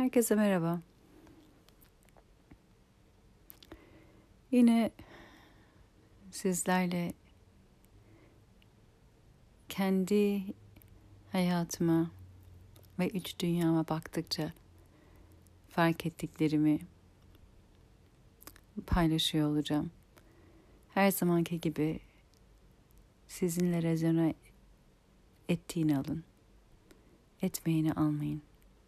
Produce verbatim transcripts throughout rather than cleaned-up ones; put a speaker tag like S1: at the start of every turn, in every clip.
S1: Herkese merhaba. Yine sizlerle kendi hayatıma ve iç dünyama baktıkça fark ettiklerimi paylaşıyor olacağım. Her zamanki gibi sizinle rezone ettiğini alın, etmeyeni almayın.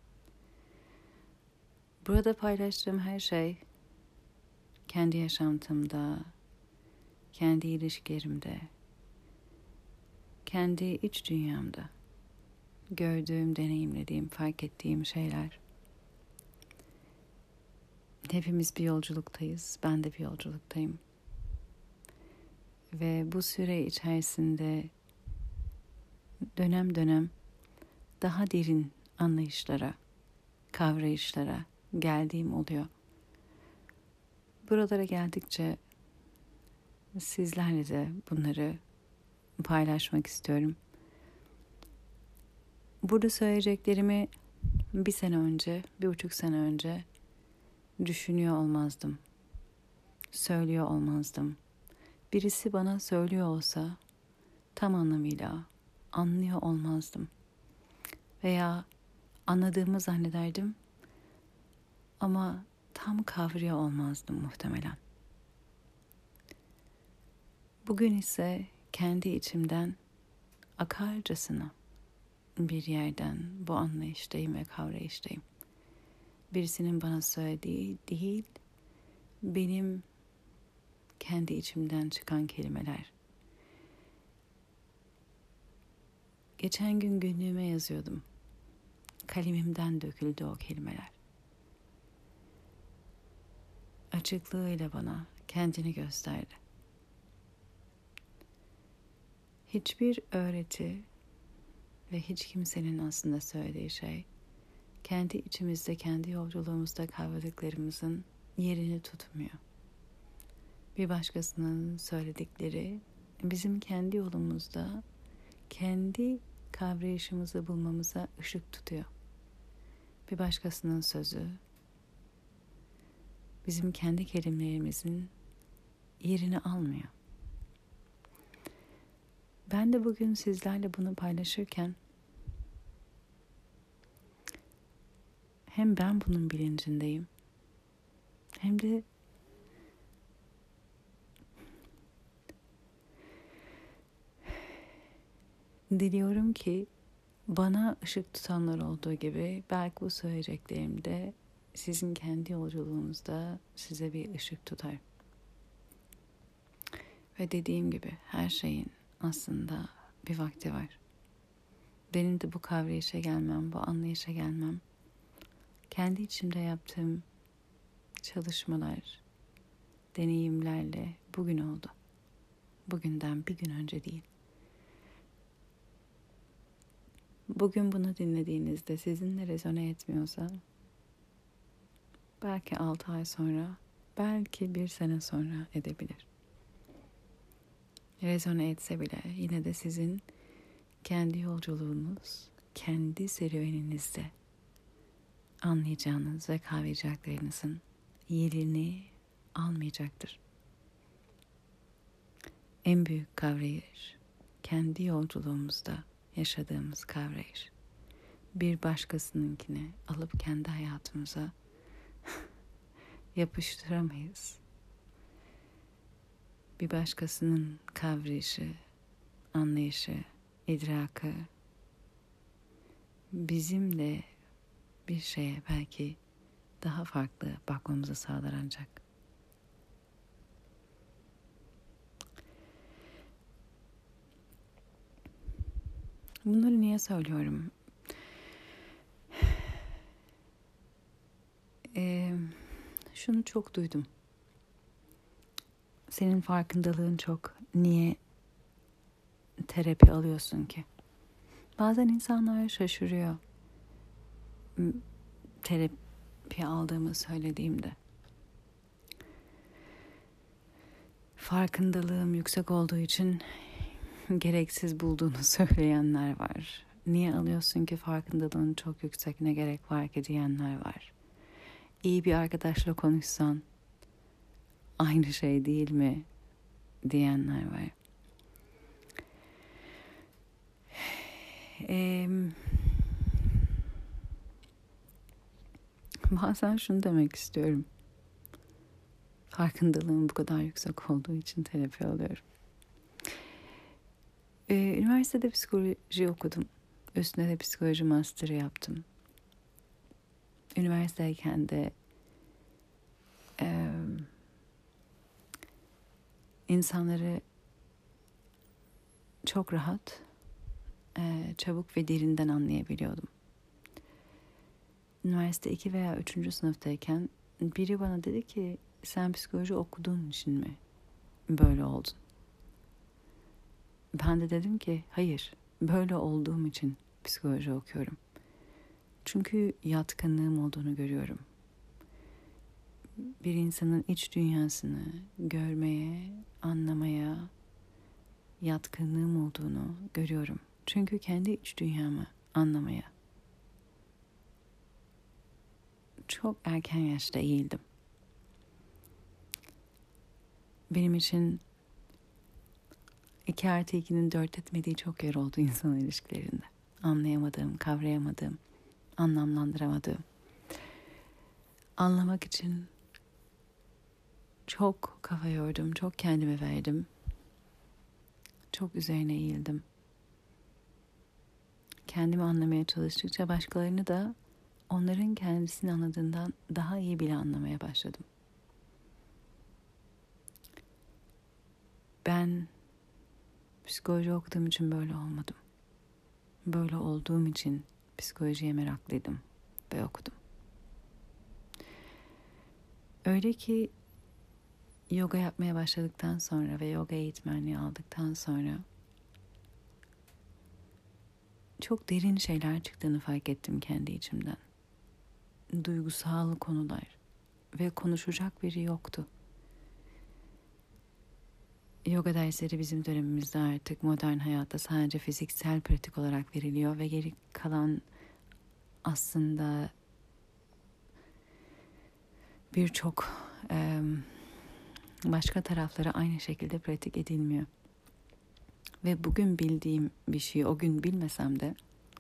S1: Burada paylaştığım her şey kendi yaşantımda, kendi ilişkilerimde, kendi iç dünyamda gördüğüm, deneyimlediğim, fark ettiğim şeyler. Hepimiz bir yolculuktayız. Ben de bir yolculuktayım. Ve bu süre içerisinde dönem dönem daha derin anlayışlara, kavrayışlara geldiğim oluyor. Buralara geldikçe sizlerle de bunları paylaşmak istiyorum. Burada söyleyeceklerimi bir sene önce, bir buçuk sene önce düşünüyor olmazdım. Söylüyor olmazdım. Birisi bana söylüyor olsa tam anlamıyla anlıyor olmazdım. Veya anladığımı zannederdim ama tam kavruyor olmazdım muhtemelen. Bugün ise kendi içimden akarcasına bir yerden bu anlayıştayım ve kavrayıştayım. Birisinin bana söylediği değil, benim kendi içimden çıkan kelimeler. Geçen gün günlüğüme yazıyordum. Kalemimden döküldü o kelimeler. Açıklığıyla bana kendini gösterdi. Hiçbir öğreti ve hiç kimsenin aslında söylediği şey, kendi içimizde, kendi yolculuğumuzda kavradıklarımızın yerini tutmuyor. Bir başkasının söyledikleri bizim kendi yolumuzda, kendi kavrayışımızı bulmamıza ışık tutuyor. Bir başkasının sözü, bizim kendi kelimelerimizin yerini almıyor. Ben de bugün sizlerle bunu paylaşırken hem ben bunun bilincindeyim, hem de diliyorum ki bana ışık tutanlar olduğu gibi belki bu söyleyeceklerim de sizin kendi yolculuğunuzda size bir ışık tutar. Ve dediğim gibi her şeyin aslında bir vakti var. Benim de bu kavrayışa gelmem, bu anlayışa gelmem, kendi içimde yaptığım çalışmalar, deneyimlerle bugün oldu. Bugünden bir gün önce değil. Bugün bunu dinlediğinizde sizinle rezone etmiyorsa, belki altı ay sonra, belki bir sene sonra edebilir. Rezone etse bile yine de sizin kendi yolculuğunuz, kendi serüveninizde anlayacağınız ve kavrayacaklarınızın yerini almayacaktır. En büyük kavrayış, kendi yolculuğumuzda yaşadığımız kavrayış. Bir başkasınınkini alıp kendi hayatımıza yapıştıramayız. Bir başkasının kavrayışı, anlayışı, idrakı bizim de bir şeye belki daha farklı bakmamızı sağlar ancak. Bunları niye söylüyorum? Ee, şunu çok duydum. Senin farkındalığın çok. Niye terapi alıyorsun ki? Bazen insanlar şaşırıyor. Terapi aldığımı söylediğimde. Farkındalığım yüksek olduğu için gereksiz bulduğunu söyleyenler var. Niye alıyorsun ki, farkındalığın çok yüksek, ne gerek var ki diyenler var. İyi bir arkadaşla konuşsan aynı şey değil mi diyenler var. Ee, bazen şunu demek istiyorum. Farkındalığım bu kadar yüksek olduğu için terapi alıyorum. Ee, üniversitede psikoloji okudum. Üstüne de psikoloji master'ı yaptım. Üniversiteyken de e, insanları çok rahat, e, çabuk ve derinden anlayabiliyordum. Üniversite iki veya üçüncü sınıftayken biri bana dedi ki, sen psikoloji okuduğun için mi böyle oldun? Ben de dedim ki hayır, böyle olduğum için psikoloji okuyorum. Çünkü yatkınlığım olduğunu görüyorum. Bir insanın iç dünyasını görmeye, anlamaya yatkınlığım olduğunu görüyorum. Çünkü kendi iç dünyamı anlamaya çok erken yaşta eğildim. Benim için iki artı ikinin dört etmediği çok yer oldu insan ilişkilerinde. Anlayamadığım, kavrayamadığım, anlamlandıramadığım. Anlamak için çok kafa yordum, çok kendime verdim. Çok üzerine eğildim. Kendimi anlamaya çalıştıkça başkalarını da onların kendisini anladığından daha iyi bile anlamaya başladım. Ben psikoloji okuduğum için böyle olmadım. Böyle olduğum için psikolojiye meraklıydım ve okudum. Öyle ki yoga yapmaya başladıktan sonra ve yoga eğitmenliği aldıktan sonra çok derin şeyler çıktığını fark ettim kendi içimden. Duygusal konular ve konuşacak biri yoktu. Yoga dersleri bizim dönemimizde artık modern hayatta sadece fiziksel pratik olarak veriliyor ve geri kalan aslında birçok e, başka tarafları aynı şekilde pratik edilmiyor. Ve bugün bildiğim bir şeyi o gün bilmesem de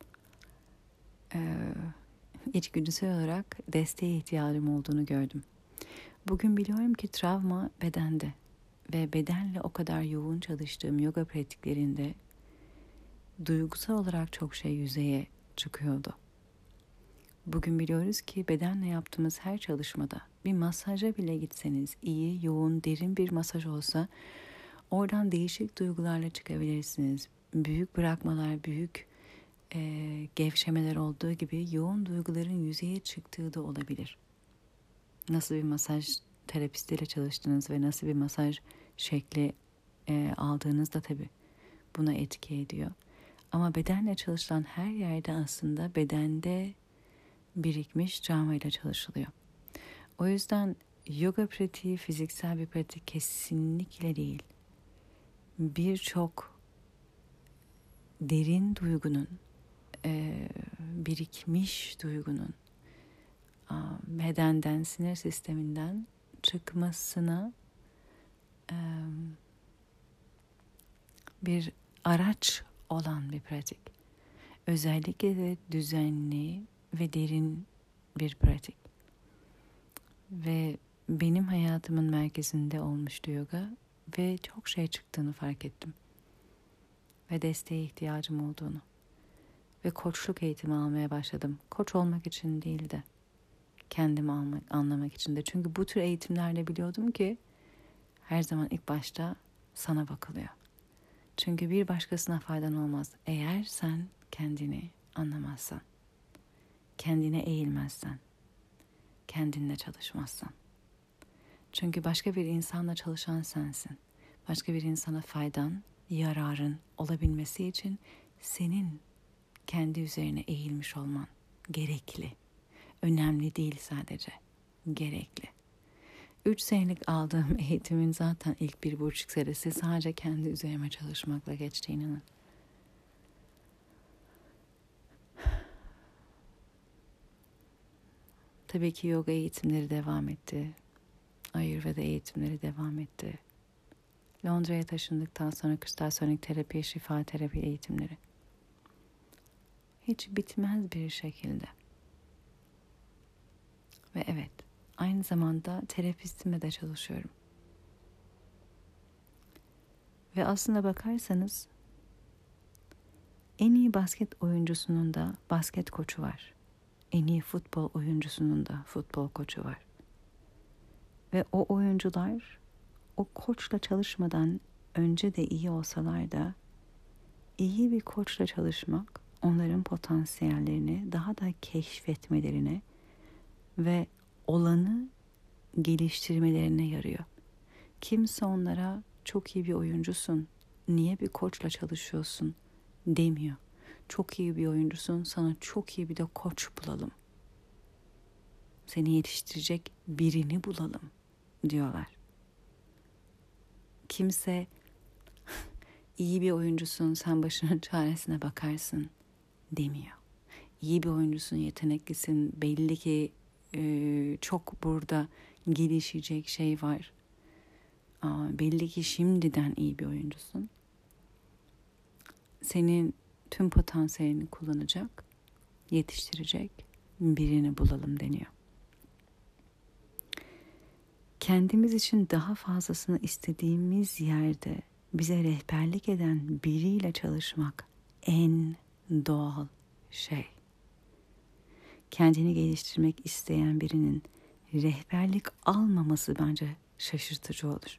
S1: e, içgüdüsel olarak desteğe ihtiyacım olduğunu gördüm. Bugün biliyorum ki travma bedende ve bedenle o kadar yoğun çalıştığım yoga pratiklerinde duygusal olarak çok şey yüzeye çıkıyordu. Bugün biliyoruz ki bedenle yaptığımız her çalışmada, bir masaja bile gitseniz, iyi, yoğun, derin bir masaj olsa oradan değişik duygularla çıkabilirsiniz. Büyük bırakmalar, büyük e, gevşemeler olduğu gibi yoğun duyguların yüzeye çıktığı da olabilir. Nasıl bir masaj terapistiyle çalıştığınız ve nasıl bir masaj şekli e, aldığınız da tabii buna etki ediyor. Ama bedenle çalışılan her yerde aslında bedende birikmiş travmayla çalışılıyor. O yüzden yoga pratiği fiziksel bir pratik kesinlikle değil. Birçok derin duygunun, e, birikmiş duygunun bedenden, sinir sisteminden çıkmasına e, bir araç olan bir pratik. Özellikle de düzenli ve derin bir pratik. Ve benim hayatımın merkezinde olmuştu yoga ve çok şey çıktığını fark ettim. Ve desteğe ihtiyacım olduğunu. Ve koçluk eğitimi almaya başladım. Koç olmak için değil de kendimi almak, anlamak için de. Çünkü bu tür eğitimlerde biliyordum ki her zaman ilk başta sana bakılıyor. Çünkü bir başkasına faydan olmaz. Eğer sen kendini anlamazsan, kendine eğilmezsen, kendinle çalışmazsan. Çünkü başka bir insanla çalışan sensin. Başka bir insana faydan, yararın olabilmesi için senin kendi üzerine eğilmiş olman gerekli. Önemli değil sadece, gerekli. Üç senelik aldığım eğitimin zaten ilk bir buçuk senesi sadece kendi üzerime çalışmakla geçti, inanın. Tabii ki yoga eğitimleri devam etti. Ayurveda eğitimleri devam etti. Londra'ya taşındıktan sonra kristalsonik terapi, şifa terapi eğitimleri. Hiç bitmez bir şekilde. Ve evet, aynı zamanda terapistimle de çalışıyorum. Ve aslında bakarsanız en iyi basket oyuncusunun da basket koçu var. En iyi futbol oyuncusunun da futbol koçu var. Ve o oyuncular o koçla çalışmadan önce de iyi olsalar da iyi bir koçla çalışmak onların potansiyellerini daha da keşfetmelerine ve olanı geliştirmelerine yarıyor. Kimse onlara çok iyi bir oyuncusun, niye bir koçla çalışıyorsun demiyor. Çok iyi bir oyuncusun, sana çok iyi bir de koç bulalım. Seni yetiştirecek birini bulalım diyorlar. Kimse iyi bir oyuncusun, sen başının çaresine bakarsın demiyor. İyi bir oyuncusun, yeteneklisin, belli ki e, çok burada gelişecek şey var. Aa, belli ki şimdiden iyi bir oyuncusun. Senin tüm potansiyelini kullanacak, yetiştirecek birini bulalım deniyor. Kendimiz için daha fazlasını istediğimiz yerde bize rehberlik eden biriyle çalışmak en doğal şey. Kendini geliştirmek isteyen birinin rehberlik almaması bence şaşırtıcı olur.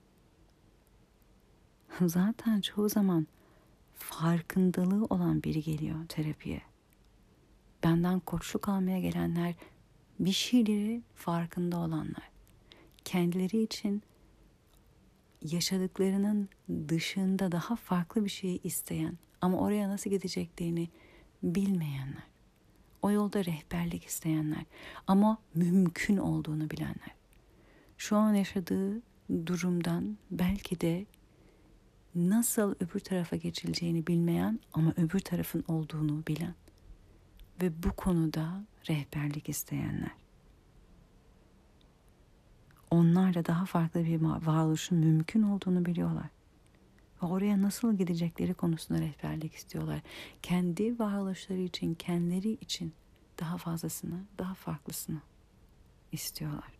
S1: Zaten çoğu zaman farkındalığı olan biri geliyor terapiye. Benden koçluk almaya gelenler bir şeyleri farkında olanlar. Kendileri için yaşadıklarının dışında daha farklı bir şeyi isteyen ama oraya nasıl gideceklerini bilmeyenler. O yolda rehberlik isteyenler ama mümkün olduğunu bilenler. Şu an yaşadığı durumdan belki de nasıl öbür tarafa geçileceğini bilmeyen ama öbür tarafın olduğunu bilen ve bu konuda rehberlik isteyenler. Onlar da daha farklı bir varoluşun mümkün olduğunu biliyorlar. Ve oraya nasıl gidecekleri konusunda rehberlik istiyorlar. Kendi varoluşları için, kendileri için daha fazlasını, daha farklısını istiyorlar.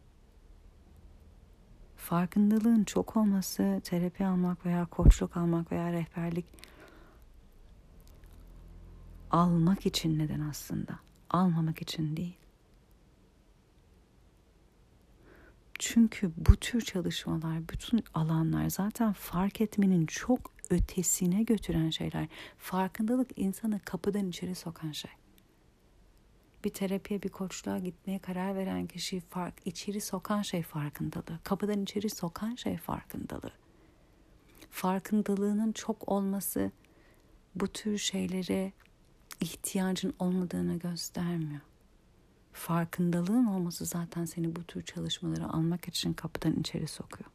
S1: Farkındalığın çok olması, terapi almak veya koçluk almak veya rehberlik almak için neden aslında. Almamak için değil. Çünkü bu tür çalışmalar, bütün alanlar zaten fark etmenin çok ötesine götüren şeyler. Farkındalık insanı kapıdan içeri sokan şey. Bir terapiye, bir koçluğa gitmeye karar veren kişiyi fark, içeri sokan şey farkındalığı. Kapıdan içeri sokan şey farkındalığı. Farkındalığının çok olması bu tür şeylere ihtiyacın olmadığını göstermiyor. Farkındalığın olması zaten seni bu tür çalışmaları almak için kapıdan içeri sokuyor.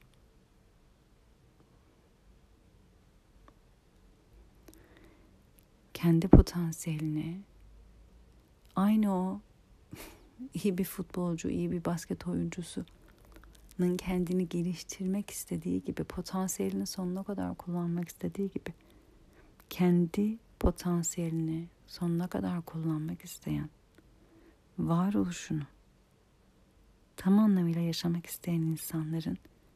S1: Kendi potansiyelini, aynı o iyi bir futbolcu, iyi bir basket oyuncusunun kendini geliştirmek istediği gibi, potansiyelini sonuna kadar kullanmak istediği gibi, kendi potansiyelini sonuna kadar kullanmak isteyen, varoluşunu tam anlamıyla yaşamak isteyen insanların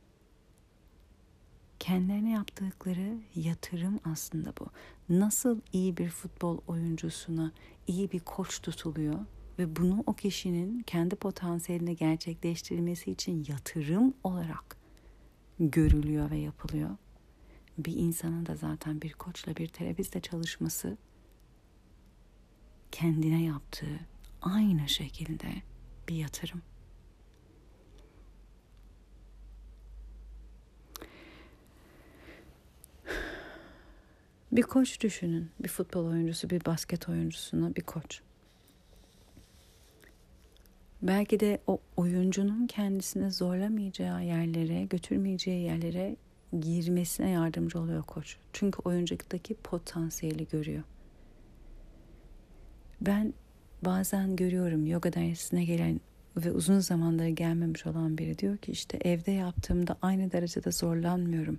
S1: kendilerine yaptıkları yatırım aslında bu. Nasıl iyi bir futbol oyuncusuna iyi bir koç tutuluyor ve bunu o kişinin kendi potansiyelini gerçekleştirmesi için yatırım olarak görülüyor ve yapılıyor. Bir insanın da zaten bir koçla, bir terapistle çalışması kendine yaptığı aynı şekilde bir yatırım. Bir koç düşünün. Bir futbol oyuncusu, bir basket oyuncusuna bir koç. Belki de o oyuncunun kendisini zorlamayacağı yerlere, götürmeyeceği yerlere girmesine yardımcı oluyor koç. Çünkü oyuncudaki potansiyeli görüyor. Ben Bazen görüyorum yoga dersine gelen ve uzun zamandır gelmemiş olan biri diyor ki işte evde yaptığımda aynı derecede zorlanmıyorum.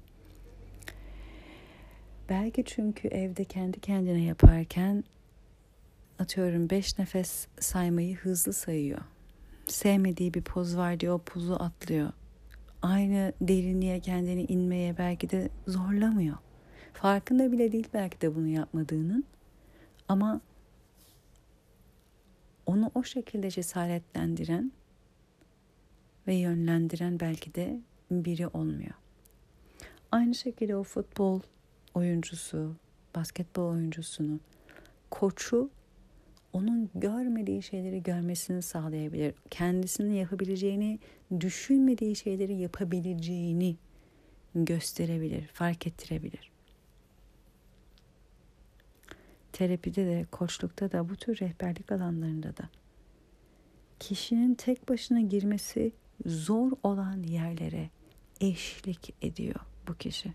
S1: Belki çünkü evde kendi kendine yaparken atıyorum beş nefes saymayı hızlı sayıyor. Sevmediği bir poz var diye o pozu atlıyor. Aynı derinliğe kendini inmeye belki de zorlamıyor. Farkında bile değil belki de bunu yapmadığının. Ama onu o şekilde cesaretlendiren ve yönlendiren belki de biri olmuyor. Aynı şekilde o futbol oyuncusu, basketbol oyuncusunu, koçu onun görmediği şeyleri görmesini sağlayabilir. Kendisinin yapabileceğini, düşünmediği şeyleri yapabileceğini gösterebilir, fark ettirebilir. Terapide de, koçlukta da, bu tür rehberlik alanlarında da kişinin tek başına girmesi zor olan yerlere eşlik ediyor bu kişi.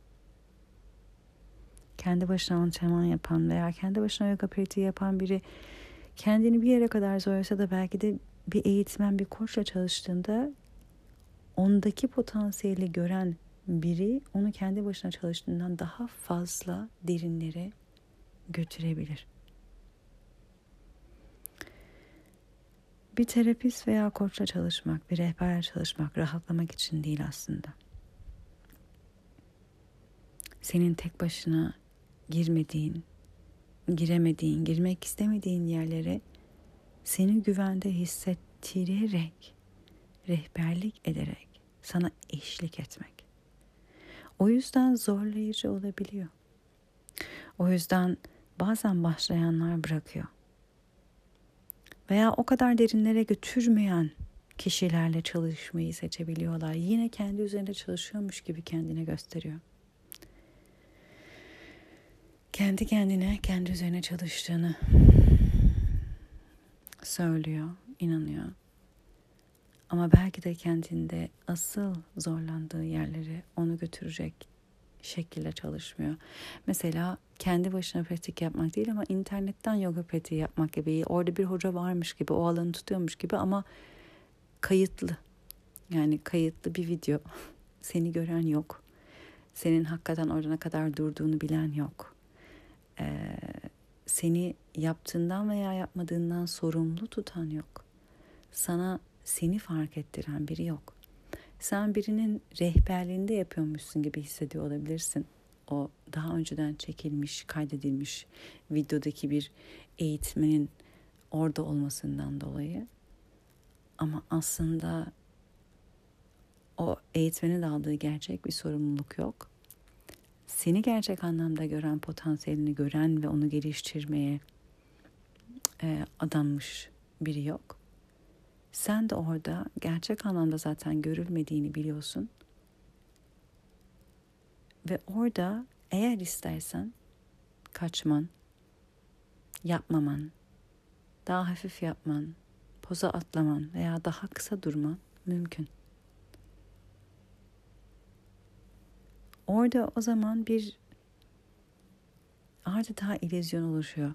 S1: Kendi başına antrenman yapan veya kendi başına yoga pratiği yapan biri kendini bir yere kadar zorlasa da belki de bir eğitmen, bir koçla çalıştığında ondaki potansiyeli gören biri onu kendi başına çalıştığından daha fazla derinlere götürebilir. Bir terapist veya koçla çalışmak, bir rehberle çalışmak rahatlamak için değil aslında. Senin tek başına girmediğin, giremediğin, girmek istemediğin yerlere seni güvende hissettirerek, rehberlik ederek sana eşlik etmek. O yüzden zorlayıcı olabiliyor. O yüzden bazen başlayanlar bırakıyor. Veya o kadar derinlere götürmeyen kişilerle çalışmayı seçebiliyorlar. Yine kendi üzerinde çalışıyormuş gibi kendine gösteriyor. Kendi kendine, kendi üzerine çalıştığını söylüyor, inanıyor. Ama belki de kendinde asıl zorlandığı yerleri onu götürecek şekilde çalışmıyor. Mesela kendi başına pratik yapmak değil ama internetten yoga pratiği yapmak gibi. Orada bir hoca varmış gibi, o alanı tutuyormuş gibi ama kayıtlı. Yani kayıtlı bir video. Seni gören yok. Senin hakikaten orada ne kadar durduğunu bilen yok. Ee, seni yaptığından veya yapmadığından sorumlu tutan yok. Sana seni fark ettiren biri yok. Sen birinin rehberliğinde yapıyormuşsun gibi hissediyor olabilirsin. O daha önceden çekilmiş, kaydedilmiş videodaki bir eğitmenin orada olmasından dolayı. Ama aslında o eğitmenin de aldığı gerçek bir sorumluluk yok. Seni gerçek anlamda gören, potansiyelini gören ve onu geliştirmeye e, adanmış biri yok. Sen de orada gerçek anlamda zaten görülmediğini biliyorsun. Ve orada eğer istersen kaçman, yapmaman, daha hafif yapman, poza atlaman veya daha kısa durman mümkün. Orada o zaman bir adeta illüzyon oluşuyor.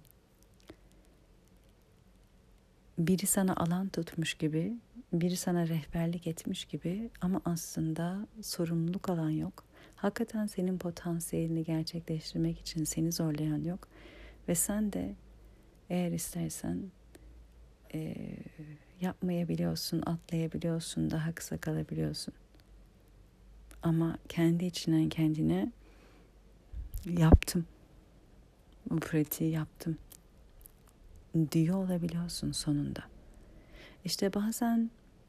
S1: Biri sana alan tutmuş gibi, biri sana rehberlik etmiş gibi ama aslında sorumluluk alan yok. Hakikaten senin potansiyelini gerçekleştirmek için seni zorlayan yok. Ve sen de eğer istersen e, yapmayabiliyorsun, atlayabiliyorsun, daha kısa kalabiliyorsun. Ama kendi içinden kendine yaptım, bu pratiği yaptım diyor olabiliyorsun sonunda. İşte bazen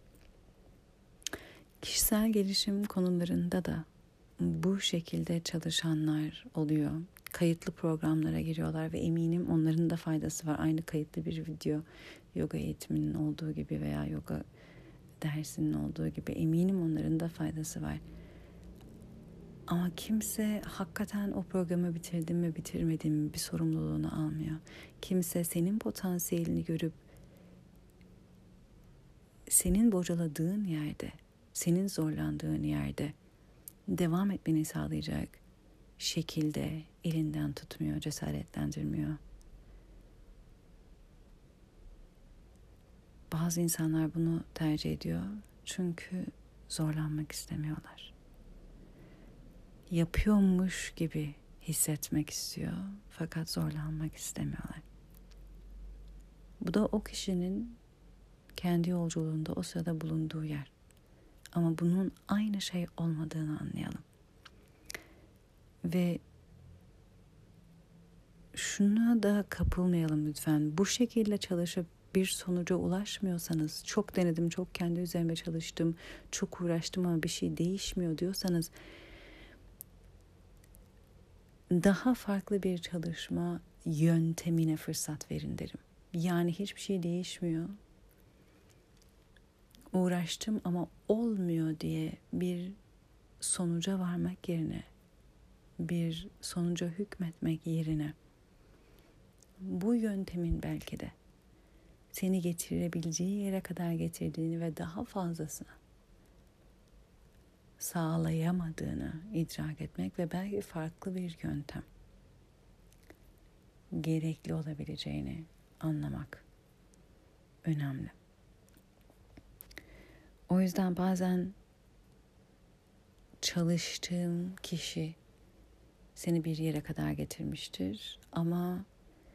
S1: kişisel gelişim konularında da bu şekilde çalışanlar oluyor. Kayıtlı programlara giriyorlar ve eminim onların da faydası var. Aynı kayıtlı bir video yoga eğitiminin olduğu gibi veya yoga dersinin olduğu gibi eminim onların da faydası var. Ama kimse hakikaten o programı bitirdim mi bitirmedim mi bir sorumluluğunu almıyor. Kimse senin potansiyelini görüp senin bocaladığın yerde, senin zorlandığın yerde devam etmeni sağlayacak şekilde elinden tutmuyor, cesaretlendirmiyor. bazı insanlar bunu tercih ediyor çünkü zorlanmak istemiyorlar. Yapıyormuş gibi hissetmek istiyor fakat zorlanmak istemiyorlar. Bu da o kişinin kendi yolculuğunda o sırada bulunduğu yer. Ama bunun aynı şey olmadığını anlayalım. Ve şuna da kapılmayalım lütfen. Bu şekilde çalışıp bir sonuca ulaşmıyorsanız, çok denedim, çok kendi üzerime çalıştım, çok uğraştım ama bir şey değişmiyor diyorsanız, daha farklı bir çalışma yöntemine fırsat verin derim. Yani hiçbir şey değişmiyor. Uğraştım ama olmuyor diye bir sonuca varmak yerine, bir sonuca hükmetmek yerine, bu yöntemin belki de seni getirebileceği yere kadar getirdiğini ve daha fazlasını sağlayamadığını idrak etmek ve belki farklı bir yöntem gerekli olabileceğini anlamak önemli. O yüzden bazen çalıştığım kişi seni bir yere kadar getirmiştir ama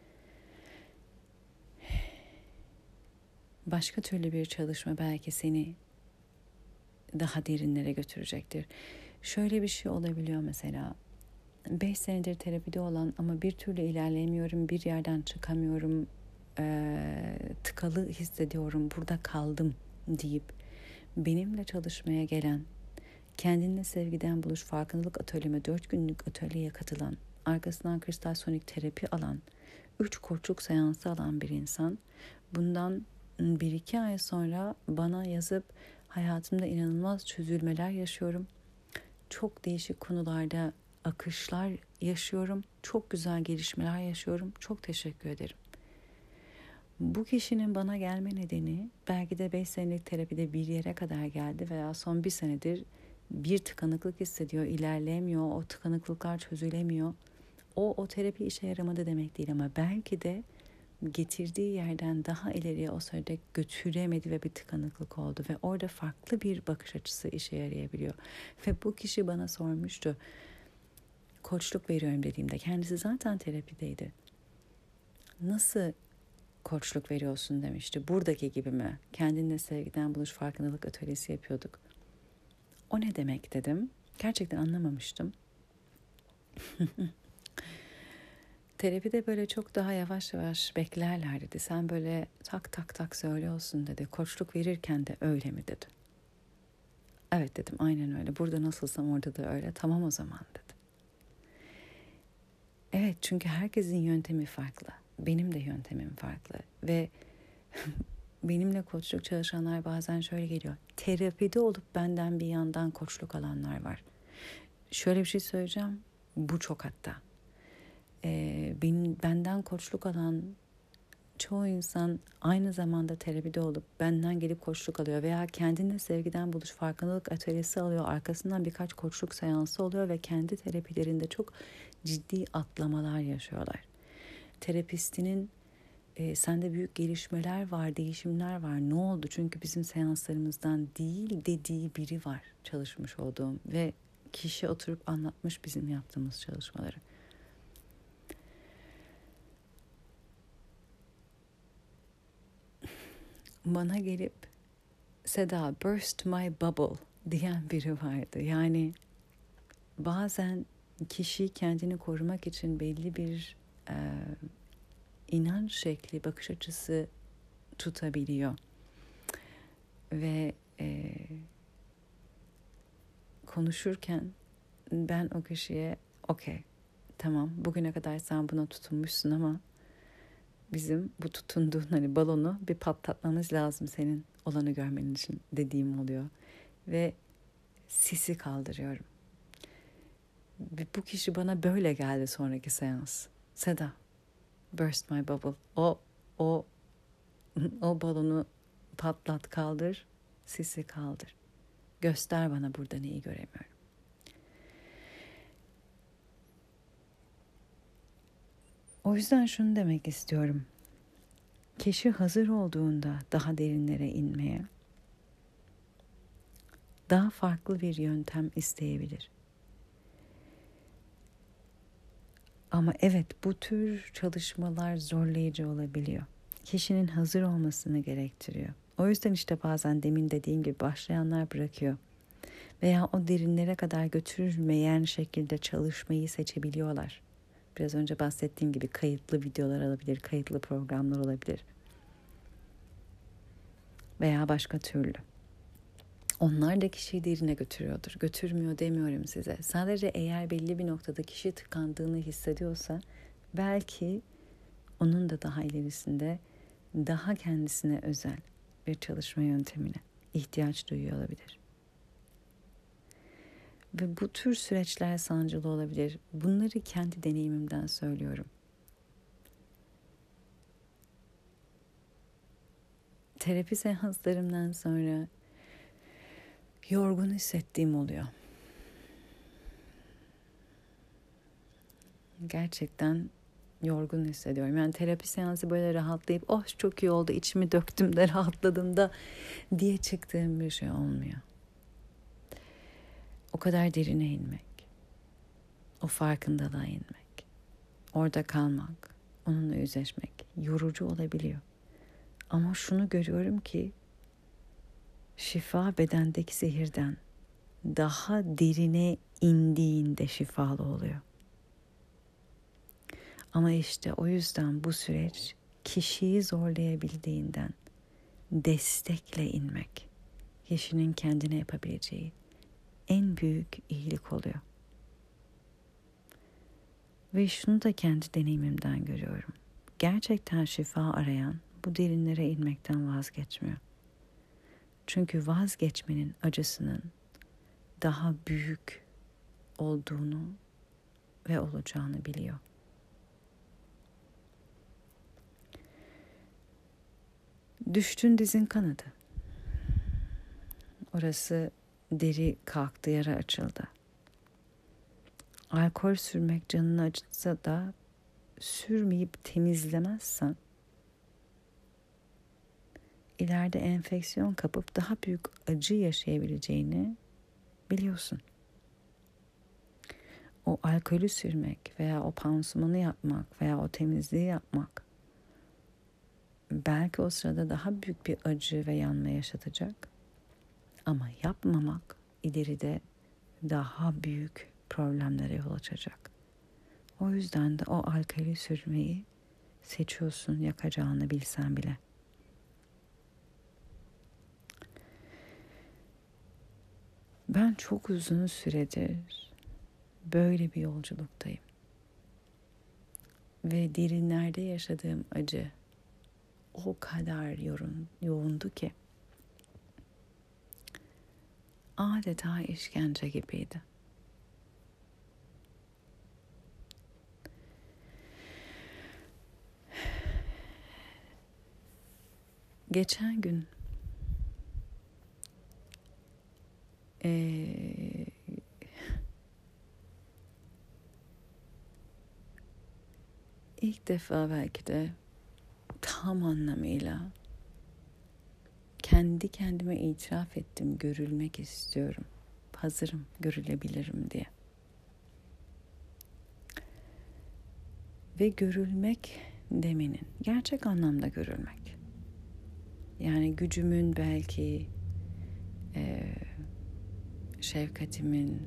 S1: başka türlü bir çalışma belki seni daha derinlere götürecektir. Şöyle bir şey olabiliyor mesela. Beş senedir terapide olan ama bir türlü ilerleyemiyorum, bir yerden çıkamıyorum, ee, tıkalı hissediyorum, burada kaldım deyip benimle çalışmaya gelen, kendinle sevgiden buluş farkındalık atölyeme dört günlük atölyeye katılan, arkasından kristal sonik terapi alan, üç koçluk seansı alan bir insan bundan bir iki ay sonra bana yazıp hayatımda inanılmaz çözülmeler yaşıyorum. Çok değişik konularda akışlar yaşıyorum. Çok güzel gelişmeler yaşıyorum. Çok teşekkür ederim. Bu kişinin bana gelme nedeni belki de beş senelik terapide bir yere kadar geldi veya son bir senedir bir tıkanıklık hissediyor, ilerleyemiyor, o tıkanıklıklar çözülemiyor. O, o terapi işe yaramadı demek değil ama belki de getirdiği yerden daha ileriye o sırada götüremedi ve bir tıkanıklık oldu ve orada farklı bir bakış açısı işe yarayabiliyor. Ve bu kişi bana sormuştu, koçluk veriyorum dediğimde, kendisi zaten terapideydi. Nasıl koçluk veriyorsun demişti. Buradaki gibi mi? Kendinle sevgiden buluş farkındalık atölyesi yapıyorduk. O ne demek dedim. Gerçekten anlamamıştım. Terapide böyle çok daha yavaş yavaş beklerler dedi. Sen böyle tak tak tak söylüyorsun dedi. Koçluk verirken de öyle mi dedi. Evet dedim, aynen öyle. Burada nasılsam orada da öyle. Tamam o zaman dedi. Evet, çünkü herkesin yöntemi farklı. Benim de yöntemim farklı. Ve benimle koçluk çalışanlar bazen şöyle geliyor. Terapide olup benden bir yandan koçluk alanlar var. Şöyle bir şey söyleyeceğim. Bu çok hatta. Ee, benim, benden koçluk alan çoğu insan aynı zamanda terapide olup benden gelip koçluk alıyor veya kendine sevgiden buluş farkındalık atölyesi alıyor. Arkasından birkaç koçluk seansı oluyor ve kendi terapilerinde çok ciddi atlamalar yaşıyorlar. Terapistinin e, sende büyük gelişmeler var, değişimler var. Ne oldu? Çünkü bizim seanslarımızdan değil dediği biri var çalışmış olduğum ve kişi oturup anlatmış bizim yaptığımız çalışmaları. Bana gelip Seda burst my bubble diyen biri vardı. Yani bazen kişi kendini korumak için belli bir e, inanç şekli, bakış açısı tutabiliyor. Ve e, konuşurken ben o kişiye okey, tamam bugüne kadar sen buna tutunmuşsun ama bizim bu tutunduğun hani balonu bir patlatmamız lazım senin olanı görmen için dediğim oluyor. Ve sisi kaldırıyorum. Ve bu kişi bana böyle geldi sonraki seans. Seda, burst my bubble. O, o, o balonu patlat, kaldır, sisi kaldır. Göster bana burada neyi göremiyorum. O yüzden şunu demek istiyorum. Kişi hazır olduğunda daha derinlere inmeye, daha farklı bir yöntem isteyebilir. Ama evet, bu tür çalışmalar zorlayıcı olabiliyor. Kişinin hazır olmasını gerektiriyor. O yüzden işte bazen demin dediğim gibi başlayanlar bırakıyor. Veya o derinlere kadar götürmeyen şekilde çalışmayı seçebiliyorlar. Biraz önce bahsettiğim gibi kayıtlı videolar olabilir, kayıtlı programlar olabilir. Veya başka türlü. Onlar da kişiyi derine götürüyordur. Götürmüyor demiyorum size. Sadece eğer belli bir noktada kişi tıkandığını hissediyorsa belki onun da daha ilerisinde daha kendisine özel bir çalışma yöntemine ihtiyaç duyuyor olabilir. Ve bu tür süreçler sancılı olabilir. Bunları kendi deneyimimden söylüyorum. Terapi seanslarımdan sonra yorgun hissettiğim oluyor. Gerçekten yorgun hissediyorum. Yani terapi seansı böyle rahatlayıp oh çok iyi oldu, içimi döktüm de rahatladım da diye çıktığım bir şey olmuyor. O kadar derine inmek, o farkındalığa inmek, orada kalmak, onunla yüzleşmek yorucu olabiliyor. Ama şunu görüyorum ki şifa bedendeki zehirden daha derine indiğinde şifalı oluyor. Ama işte o yüzden bu süreç kişiyi zorlayabildiğinden destekle inmek kişinin kendine yapabileceği en büyük iyilik oluyor. Ve şunu da kendi deneyimimden görüyorum. Gerçekten şifa arayan bu derinlere inmekten vazgeçmiyor. Çünkü vazgeçmenin acısının daha büyük olduğunu ve olacağını biliyor. Düştün, dizin kanadı. Orası deri kalktı, yara açıldı. Alkol sürmek canını acıtsa da sürmeyip temizlemezsen ileride enfeksiyon kapıp daha büyük acı yaşayabileceğini biliyorsun. O alkolü sürmek veya o pansumanı yapmak veya o temizliği yapmak belki o sırada daha büyük bir acı ve yanma yaşatacak. Ama yapmamak ileride daha büyük problemlere yol açacak. O yüzden de o alkolü sürmeyi seçiyorsun, yakacağını bilsen bile. Ben çok uzun süredir böyle bir yolculuktayım. Ve derinlerde yaşadığım acı o kadar yoğun, yoğundu ki adeta işkence gibiydi. Geçen gün ee, ilk defa belki de tam anlamıyla kendi kendime itiraf ettim, görülmek istiyorum. Hazırım, görülebilirim diye. Ve görülmek demenin, gerçek anlamda görülmek. Yani gücümün belki, e, şefkatimin,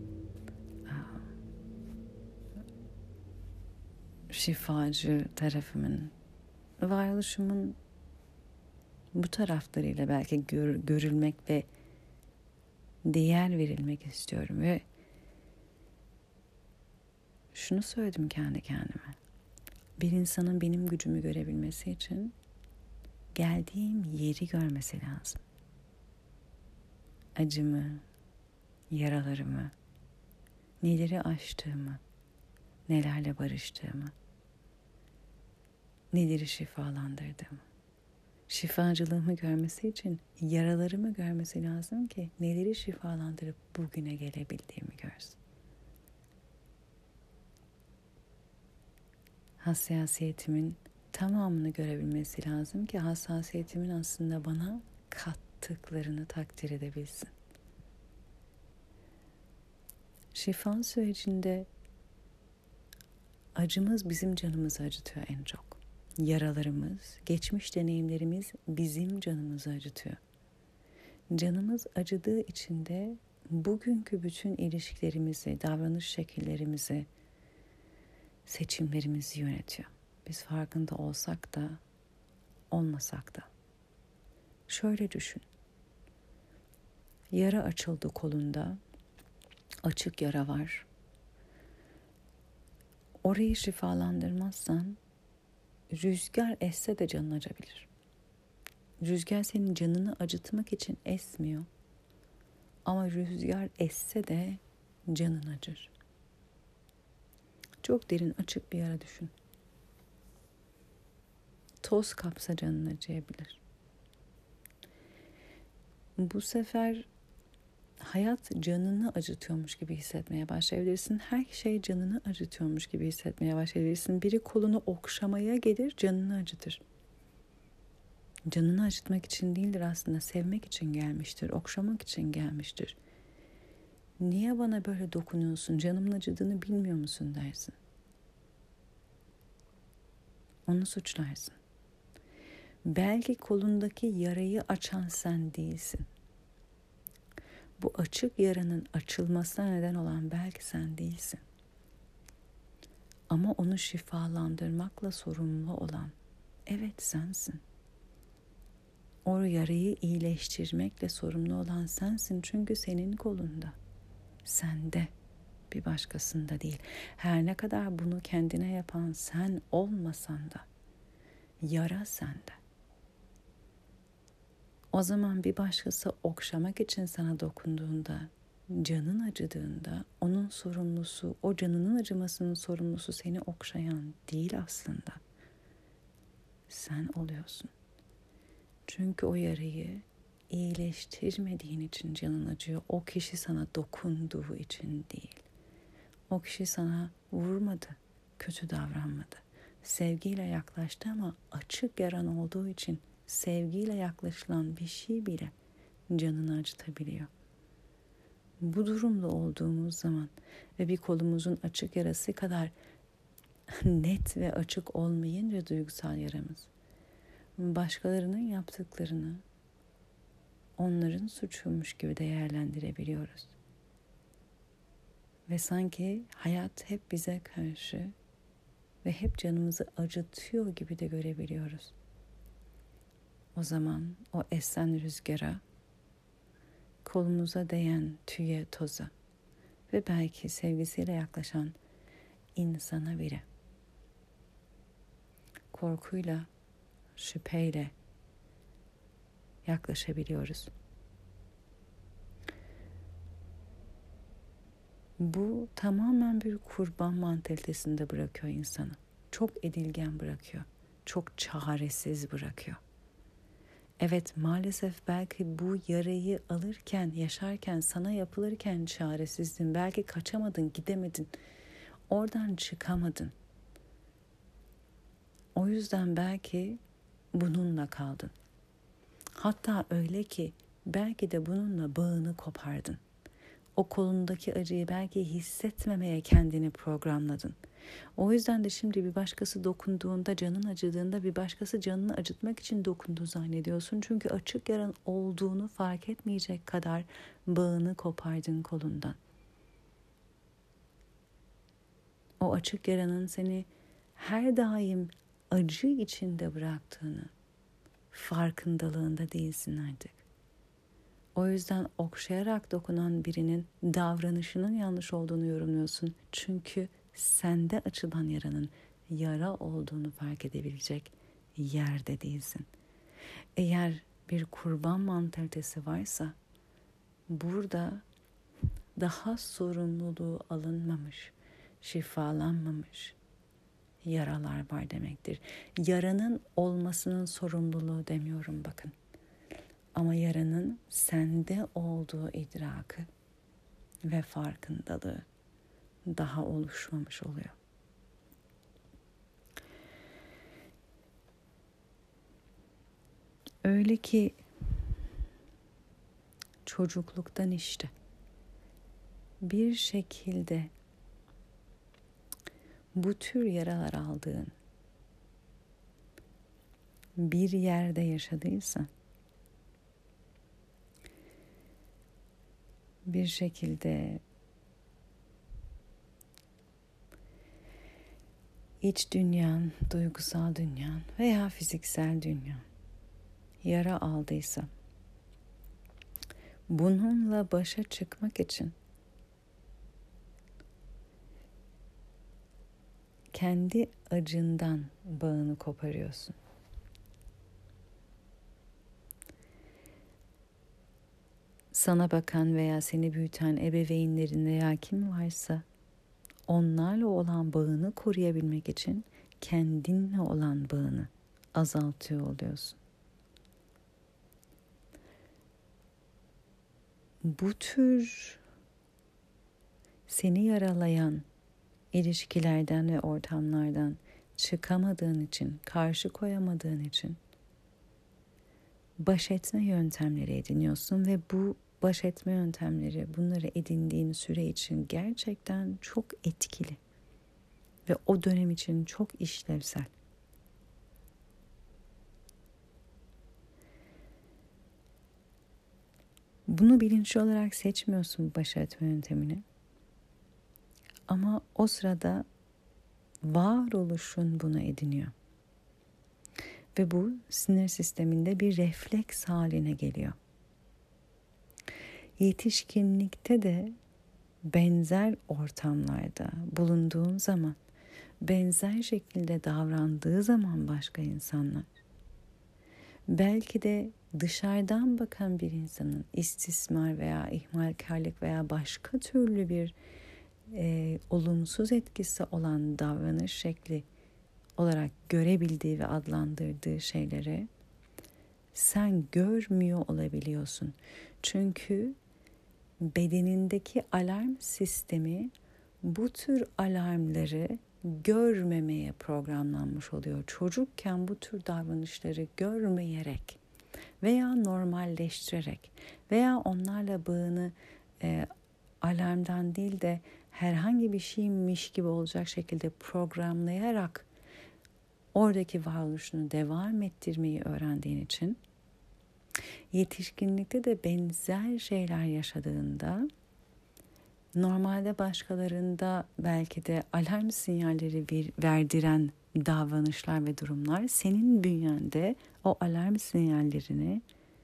S1: şifacı tarafımın, varoluşumun bu taraflarıyla belki gör, görülmek ve değer verilmek istiyorum. Ve şunu söyledim kendi kendime. Bir insanın benim gücümü görebilmesi için geldiğim yeri görmesi lazım. Acımı, yaralarımı, neleri aştığımı, nelerle barıştığımı, neleri şifalandırdığımı. Şifacılığımı görmesi için yaralarımı görmesi lazım ki neleri şifalandırıp bugüne gelebildiğimi görsün. Hassasiyetimin tamamını görebilmesi lazım ki hassasiyetimin aslında bana kattıklarını takdir edebilsin. Şifa sürecinde acımız bizim canımızı acıtıyor en çok. Yaralarımız, geçmiş deneyimlerimiz bizim canımızı acıtıyor. Canımız acıdığı için de bugünkü bütün ilişkilerimizi, davranış şekillerimizi, seçimlerimizi yönetiyor. Biz farkında olsak da, olmasak da. Şöyle düşün. Yara açıldı kolunda, açık yara var. Orayı şifalandırmazsan rüzgar esse de canın acabilir. Rüzgar senin canını acıtmak için esmiyor. Ama rüzgar esse de canın acır. Çok derin açık bir yara düşün. Toz kapsa canın acıyabilir. Bu sefer hayat canını acıtıyormuş gibi hissetmeye başlayabilirsin. Her şey canını acıtıyormuş gibi hissetmeye başlayabilirsin. Biri kolunu okşamaya gelir, canını acıtır. Canını acıtmak için değildir aslında, sevmek için gelmiştir, okşamak için gelmiştir. Niye bana böyle dokunuyorsun, canımın acıdığını bilmiyor musun dersin. Onu suçlarsın. Belki kolundaki yarayı açan sen değilsin. Bu açık yaranın açılmasına neden olan belki sen değilsin. Ama onu şifalandırmakla sorumlu olan evet sensin. O yarayı iyileştirmekle sorumlu olan sensin. Çünkü senin kolunda, sende, bir başkasında değil. Her ne kadar bunu kendine yapan sen olmasan da yara sende. O zaman bir başkası okşamak için sana dokunduğunda, canın acıdığında onun sorumlusu, o canının acımasının sorumlusu seni okşayan değil aslında. Sen oluyorsun. Çünkü o yarayı iyileştirmediğin için canın acıyor. O kişi sana dokunduğu için değil. O kişi sana vurmadı, kötü davranmadı. Sevgiyle yaklaştı ama açık yaran olduğu için sevgiyle yaklaşılan bir şey bile canını acıtabiliyor. Bu durumda olduğumuz zaman ve bir kolumuzun açık yarası kadar net ve açık olmayınca duygusal yaramız, başkalarının yaptıklarını onların suçuymuş gibi değerlendirebiliyoruz. Ve sanki hayat hep bize karşı ve hep canımızı acıtıyor gibi de görebiliyoruz. O zaman o esen rüzgara, kolumuza değen tüye, toza ve belki sevgisiyle yaklaşan insana bile korkuyla, şüpheyle yaklaşabiliyoruz. Bu tamamen bir kurban mantalitesinde bırakıyor insanı. Çok edilgen bırakıyor. Çok çaresiz bırakıyor. Evet, maalesef belki bu yarayı alırken, yaşarken, sana yapılırken çaresizdin. Belki kaçamadın, gidemedin. Oradan çıkamadın. O yüzden belki bununla kaldın. Hatta öyle ki belki de bununla bağını kopardın. O kolundaki acıyı belki hissetmemeye kendini programladın. O yüzden de şimdi bir başkası dokunduğunda, canın acıdığında bir başkası canını acıtmak için dokunduğu zannediyorsun. Çünkü açık yaran olduğunu fark etmeyecek kadar bağını kopardın kolundan. O açık yaranın seni her daim acı içinde bıraktığını farkındalığında değilsin artık. O yüzden okşayarak dokunan birinin davranışının yanlış olduğunu yorumluyorsun. Çünkü sende açılan yaranın yara olduğunu fark edebilecek yerde değilsin. Eğer bir kurban mantalitesi varsa burada daha sorumluluğu alınmamış, şifalanmamış yaralar var demektir. Yaranın olmasının sorumluluğu demiyorum bakın. Ama yaranın sende olduğu idrakı ve farkındalığı daha oluşmamış oluyor. Öyle ki çocukluktan işte bir şekilde bu tür yaralar aldığın bir yerde yaşadıysan, bir şekilde iç dünyan, duygusal dünyan veya fiziksel dünyan yara aldıysa, bununla başa çıkmak için kendi acından bağını koparıyorsun. Sana bakan veya seni büyüten ebeveynlerin veya kim varsa onlarla olan bağını koruyabilmek için kendinle olan bağını azaltıyor oluyorsun. Bu tür seni yaralayan ilişkilerden ve ortamlardan çıkamadığın için, karşı koyamadığın için baş etme yöntemleri ediniyorsun ve bu baş etme yöntemleri, bunları edindiğin süre için gerçekten çok etkili ve o dönem için çok işlevsel. Bunu bilinçli olarak seçmiyorsun baş etme yöntemini. Ama o sırada varoluşun bunu ediniyor. Ve bu sinir sisteminde bir refleks haline geliyor. Yetişkinlikte de benzer ortamlarda bulunduğun zaman, benzer şekilde davrandığı zaman başka insanlar, belki de dışarıdan bakan bir insanın istismar veya ihmalkarlık veya başka türlü bir e, olumsuz etkisi olan davranış şekli olarak görebildiği ve adlandırdığı şeylere sen görmüyor olabiliyorsun. Çünkü bedenindeki alarm sistemi bu tür alarmları görmemeye programlanmış oluyor. Çocukken bu tür davranışları görmeyerek veya normalleştirerek veya onlarla bağını e, alarmdan değil de herhangi bir şeymiş gibi olacak şekilde programlayarak oradaki varoluşunu devam ettirmeyi öğrendiğin için yetişkinlikte de benzer şeyler yaşadığında normalde başkalarında belki de alarm sinyalleri verdiren davranışlar ve durumlar senin bünyende o alarm sinyallerini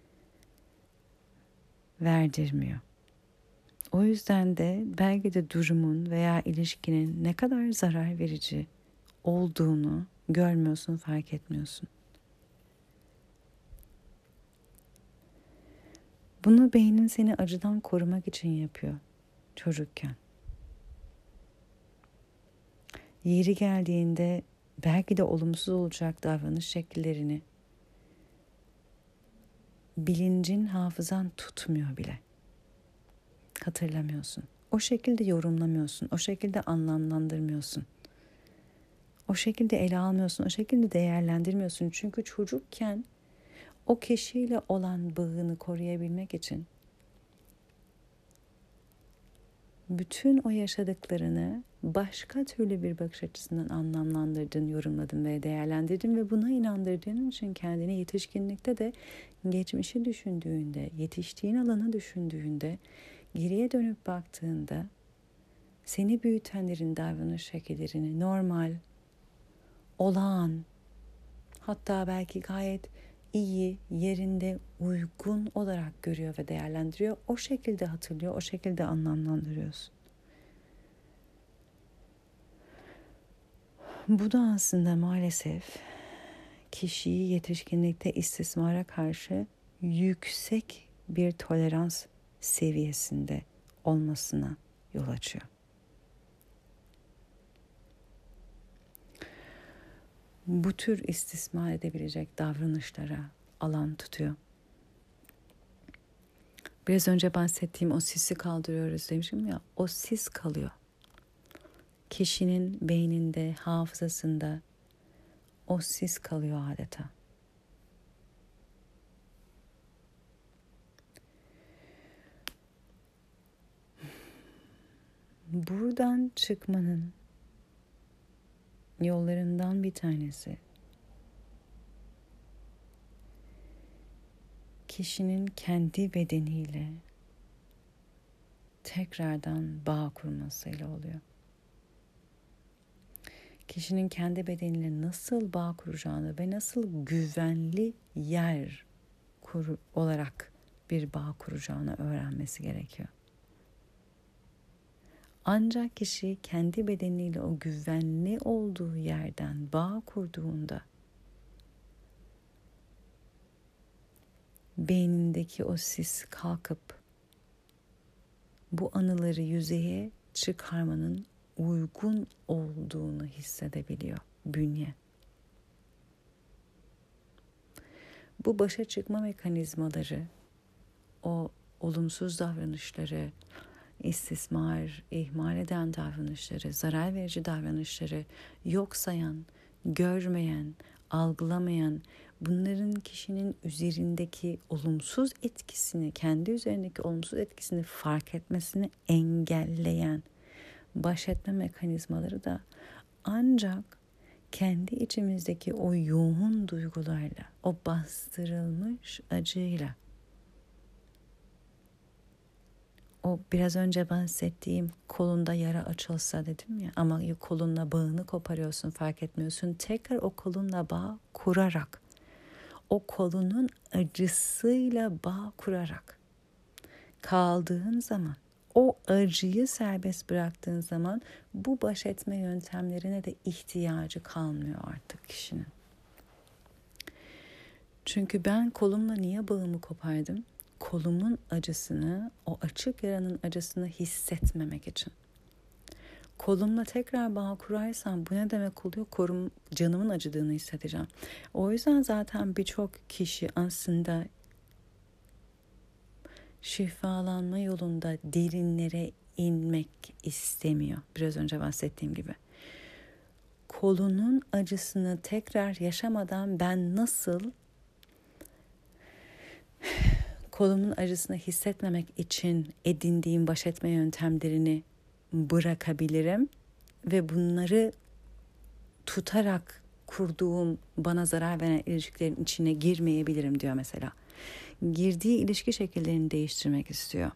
S1: verdirmiyor. O yüzden de belki de durumun veya ilişkinin ne kadar zarar verici olduğunu görmüyorsun, fark etmiyorsun. Bunu beynin seni acıdan korumak için yapıyor çocukken. Yeri geldiğinde belki de olumsuz olacak davranış şekillerini bilincin, hafızan tutmuyor bile. Hatırlamıyorsun. O şekilde yorumlamıyorsun. O şekilde anlamlandırmıyorsun. O şekilde ele almıyorsun. O şekilde değerlendirmiyorsun. Çünkü çocukken o kişiyle olan bağını koruyabilmek için bütün o yaşadıklarını başka türlü bir bakış açısından anlamlandırdın, yorumladın ve değerlendirdin ve buna inandırdığın için kendini yetişkinlikte de geçmişi düşündüğünde, yetiştiğin alanı düşündüğünde, geriye dönüp baktığında seni büyütenlerin davranış şekillerini normal, olağan, hatta belki gayet iyi, yerinde, uygun olarak görüyor ve değerlendiriyor. O şekilde hatırlıyor, o şekilde anlamlandırıyorsun. Bu da aslında maalesef kişiyi yetişkinlikte istismara karşı yüksek bir tolerans seviyesinde olmasına yol açıyor. Bu tür istismar edebilecek davranışlara alan tutuyor. Biraz önce bahsettiğim o sisi kaldırıyoruz demişim ya, o sis kalıyor. Kişinin beyninde, hafızasında o sis kalıyor adeta. buradan çıkmanın yollarından bir tanesi kişinin kendi bedeniyle tekrardan bağ kurmasıyla oluyor. Kişinin kendi bedeniyle nasıl bağ kuracağını ve nasıl güvenli yer kur olarak bir bağ kuracağını öğrenmesi gerekiyor. Ancak kişi kendi bedeniyle o güvenli olduğu yerden bağ kurduğunda beynindeki o sis kalkıp bu anıları yüzeye çıkarmanın uygun olduğunu hissedebiliyor bünye. Bu başa çıkma mekanizmaları, o olumsuz davranışları, istismar, ihmal eden davranışları, zarar verici davranışları yok sayan, görmeyen, algılamayan, bunların kişinin üzerindeki olumsuz etkisini, kendi üzerindeki olumsuz etkisini fark etmesini engelleyen baş etme mekanizmaları da ancak kendi içimizdeki o yoğun duygularla, o bastırılmış acıyla, o biraz önce bahsettiğim kolunda yara açılsa dedim ya, ama kolunla bağını koparıyorsun, fark etmiyorsun. Tekrar o kolunla bağ kurarak, o kolunun acısıyla bağ kurarak kaldığın zaman, o acıyı serbest bıraktığın zaman bu baş etme yöntemlerine de ihtiyacı kalmıyor artık kişinin. Çünkü ben kolumla niye bağımı kopardım? Kolumun acısını, o açık yaranın acısını hissetmemek için. Kolumla tekrar bağ kurarsam bu ne demek oluyor? Kolum, canımın acıdığını hissedeceğim. O yüzden zaten birçok kişi aslında şifalanma yolunda derinlere inmek istemiyor. Biraz önce bahsettiğim gibi. Kolunun acısını tekrar yaşamadan ben nasıl kolumun acısını hissetmemek için edindiğim baş etme yöntemlerini bırakabilirim ve bunları tutarak kurduğum bana zarar veren ilişkilerin içine girmeyebilirim diyor mesela. Girdiği ilişki şekillerini değiştirmek istiyor.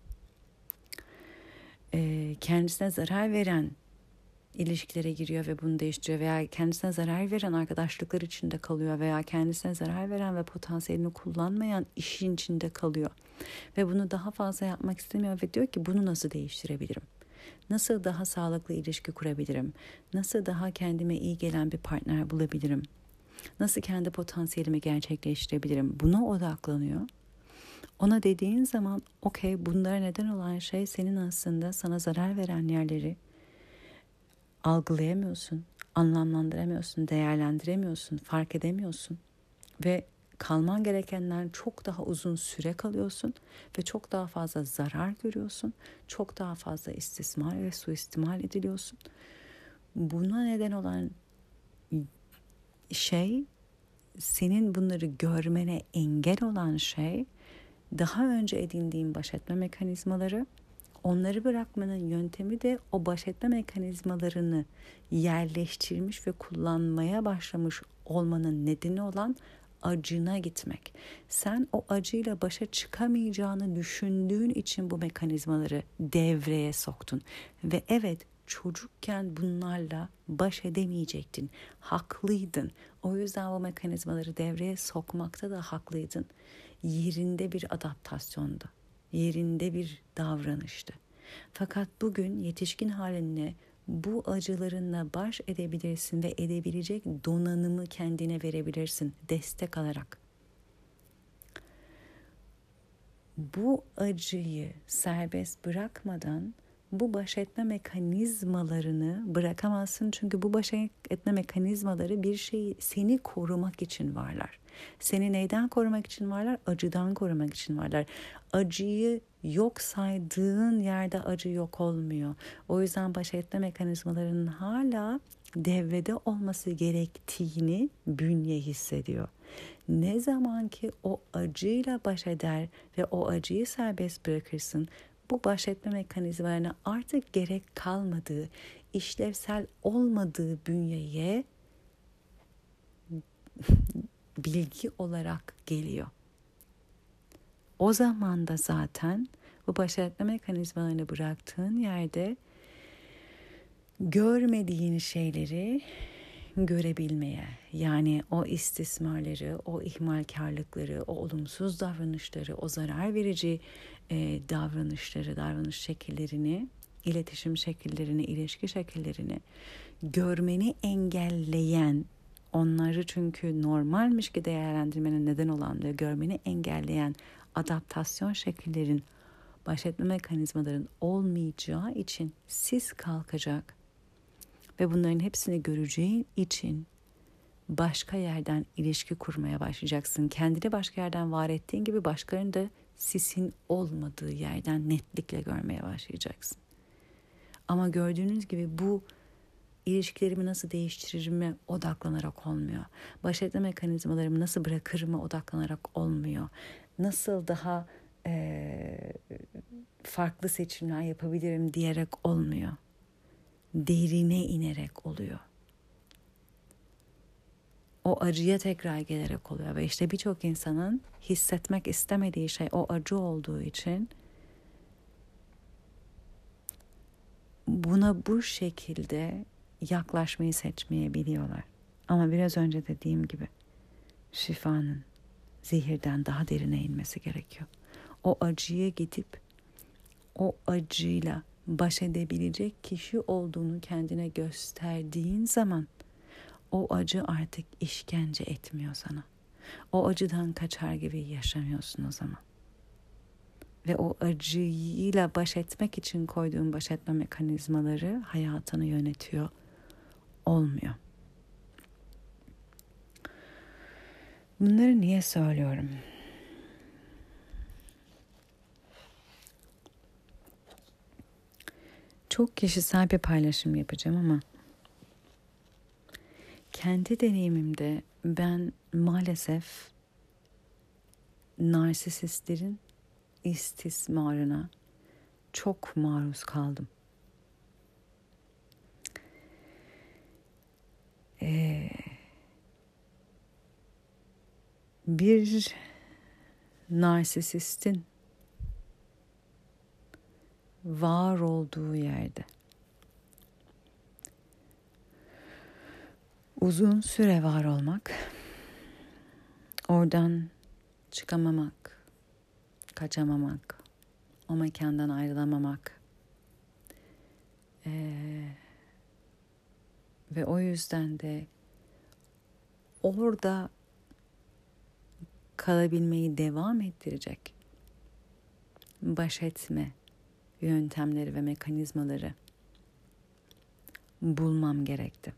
S1: Ee, kendisine zarar veren ilişkilere giriyor ve bunu değiştiriyor veya kendisine zarar veren arkadaşlıklar içinde kalıyor veya kendisine zarar veren ve potansiyelini kullanmayan işin içinde kalıyor ve bunu daha fazla yapmak istemiyor ve diyor ki bunu nasıl değiştirebilirim? Nasıl daha sağlıklı ilişki kurabilirim? Nasıl daha kendime iyi gelen bir partner bulabilirim? Nasıl kendi potansiyelimi gerçekleştirebilirim? Buna odaklanıyor. Ona dediğin zaman okey, bunlara neden olan şey senin aslında sana zarar veren yerleri algılayamıyorsun, anlamlandıramıyorsun, değerlendiremiyorsun, fark edemiyorsun ve kalman gerekenden çok daha uzun süre kalıyorsun ve çok daha fazla zarar görüyorsun, çok daha fazla istismar ve suistimal ediliyorsun. Buna neden olan şey, senin bunları görmene engel olan şey, daha önce edindiğin baş etme mekanizmaları. Onları bırakmanın yöntemi de o baş etme mekanizmalarını yerleştirmiş ve kullanmaya başlamış olmanın nedeni olan acına gitmek. Sen o acıyla başa çıkamayacağını düşündüğün için bu mekanizmaları devreye soktun. Ve evet, çocukken bunlarla baş edemeyecektin. Haklıydın. O yüzden bu mekanizmaları devreye sokmakta da haklıydın. Yerinde bir adaptasyondu. Yerinde bir davranıştı. Fakat bugün yetişkin haline bu acılarınla baş edebilirsin ve edebilecek donanımı kendine verebilirsin destek alarak. Bu acıyı serbest bırakmadan bu baş etme mekanizmalarını bırakamazsın. Çünkü bu baş etme mekanizmaları bir şeyi seni korumak için varlar. Seni neyden korumak için varlar? Acıdan korumak için varlar. Acıyı yok saydığın yerde acı yok olmuyor. O yüzden baş etme mekanizmalarının hala devrede olması gerektiğini bünye hissediyor. Ne zaman ki o acıyla baş eder ve o acıyı serbest bırakırsın, bu baş etme mekanizmalarına artık gerek kalmadığı, işlevsel olmadığı bünyeye bilgi olarak geliyor. O zaman da zaten bu baş etme mekanizmalarını bıraktığın yerde görmediğin şeyleri görebilmeye, yani o istismarları, o ihmalkarlıkları, o olumsuz davranışları, o zarar verici e, davranışları, davranış şekillerini, iletişim şekillerini, ilişki şekillerini görmeni engelleyen, onları çünkü normalmiş ki değerlendirmenin neden olan ve görmeni engelleyen adaptasyon şekillerin, baş etme mekanizmaların olmayacağı için sis kalkacak. Ve bunların hepsini göreceğin için başka yerden ilişki kurmaya başlayacaksın. Kendini başka yerden var ettiğin gibi başkalarını da sisin olmadığı yerden netlikle görmeye başlayacaksın. Ama gördüğünüz gibi bu ilişkilerimi nasıl değiştiririme odaklanarak olmuyor. Baş etme mekanizmalarımı nasıl bırakırıma odaklanarak olmuyor. Nasıl daha e, farklı seçimler yapabilirim diyerek olmuyor. Derine inerek oluyor. O acıya tekrar gelerek oluyor ve işte birçok insanın hissetmek istemediği şey o acı olduğu için buna bu şekilde yaklaşmayı seçmeyebiliyorlar. Ama biraz önce dediğim gibi şifanın zehirden daha derine inmesi gerekiyor. O acıya gidip o acıyla baş edebilecek kişi olduğunu kendine gösterdiğin zaman o acı artık işkence etmiyor sana. O acıdan kaçar gibi yaşamıyorsun o zaman. Ve o acıyla baş etmek için koyduğun baş etme mekanizmaları hayatını yönetiyor olmuyor. Bunları niye söylüyorum? Çok kişisel bir paylaşım yapacağım ama kendi deneyimimde ben maalesef narsisistlerin istismarına çok maruz kaldım. Ee, bir narsisistin var olduğu yerde uzun süre var olmak, oradan çıkamamak, kaçamamak, o mekandan ayrılamamak ee, ve o yüzden de orada kalabilmeyi devam ettirecek baş etme yöntemleri ve mekanizmaları bulmam gerekti.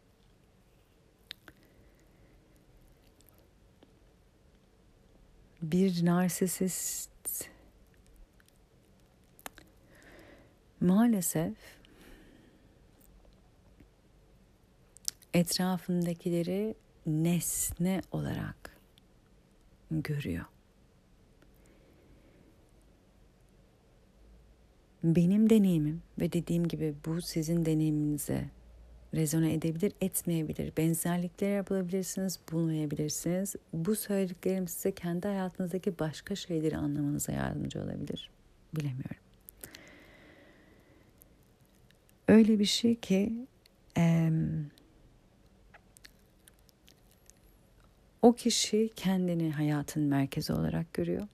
S1: Bir narsisist maalesef etrafındakileri nesne olarak görüyor. Benim deneyimim ve dediğim gibi bu sizin deneyiminize rezone edebilir, etmeyebilir. Benzerlikler bulabilirsiniz, bulmayabilirsiniz. Bu söylediklerim size kendi hayatınızdaki başka şeyleri anlamanıza yardımcı olabilir. Bilemiyorum. Öyle bir şey ki e, o kişi kendini hayatın merkezi olarak görüyor.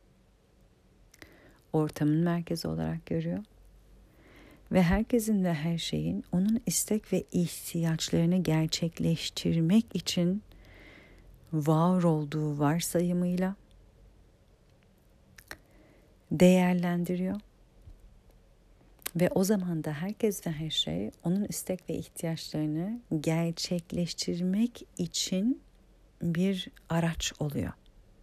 S1: Ortamın merkezi olarak görüyor. Ve herkesin ve her şeyin onun istek ve ihtiyaçlarını gerçekleştirmek için var olduğu varsayımıyla değerlendiriyor. Ve o zaman da herkes ve her şey onun istek ve ihtiyaçlarını gerçekleştirmek için bir araç oluyor.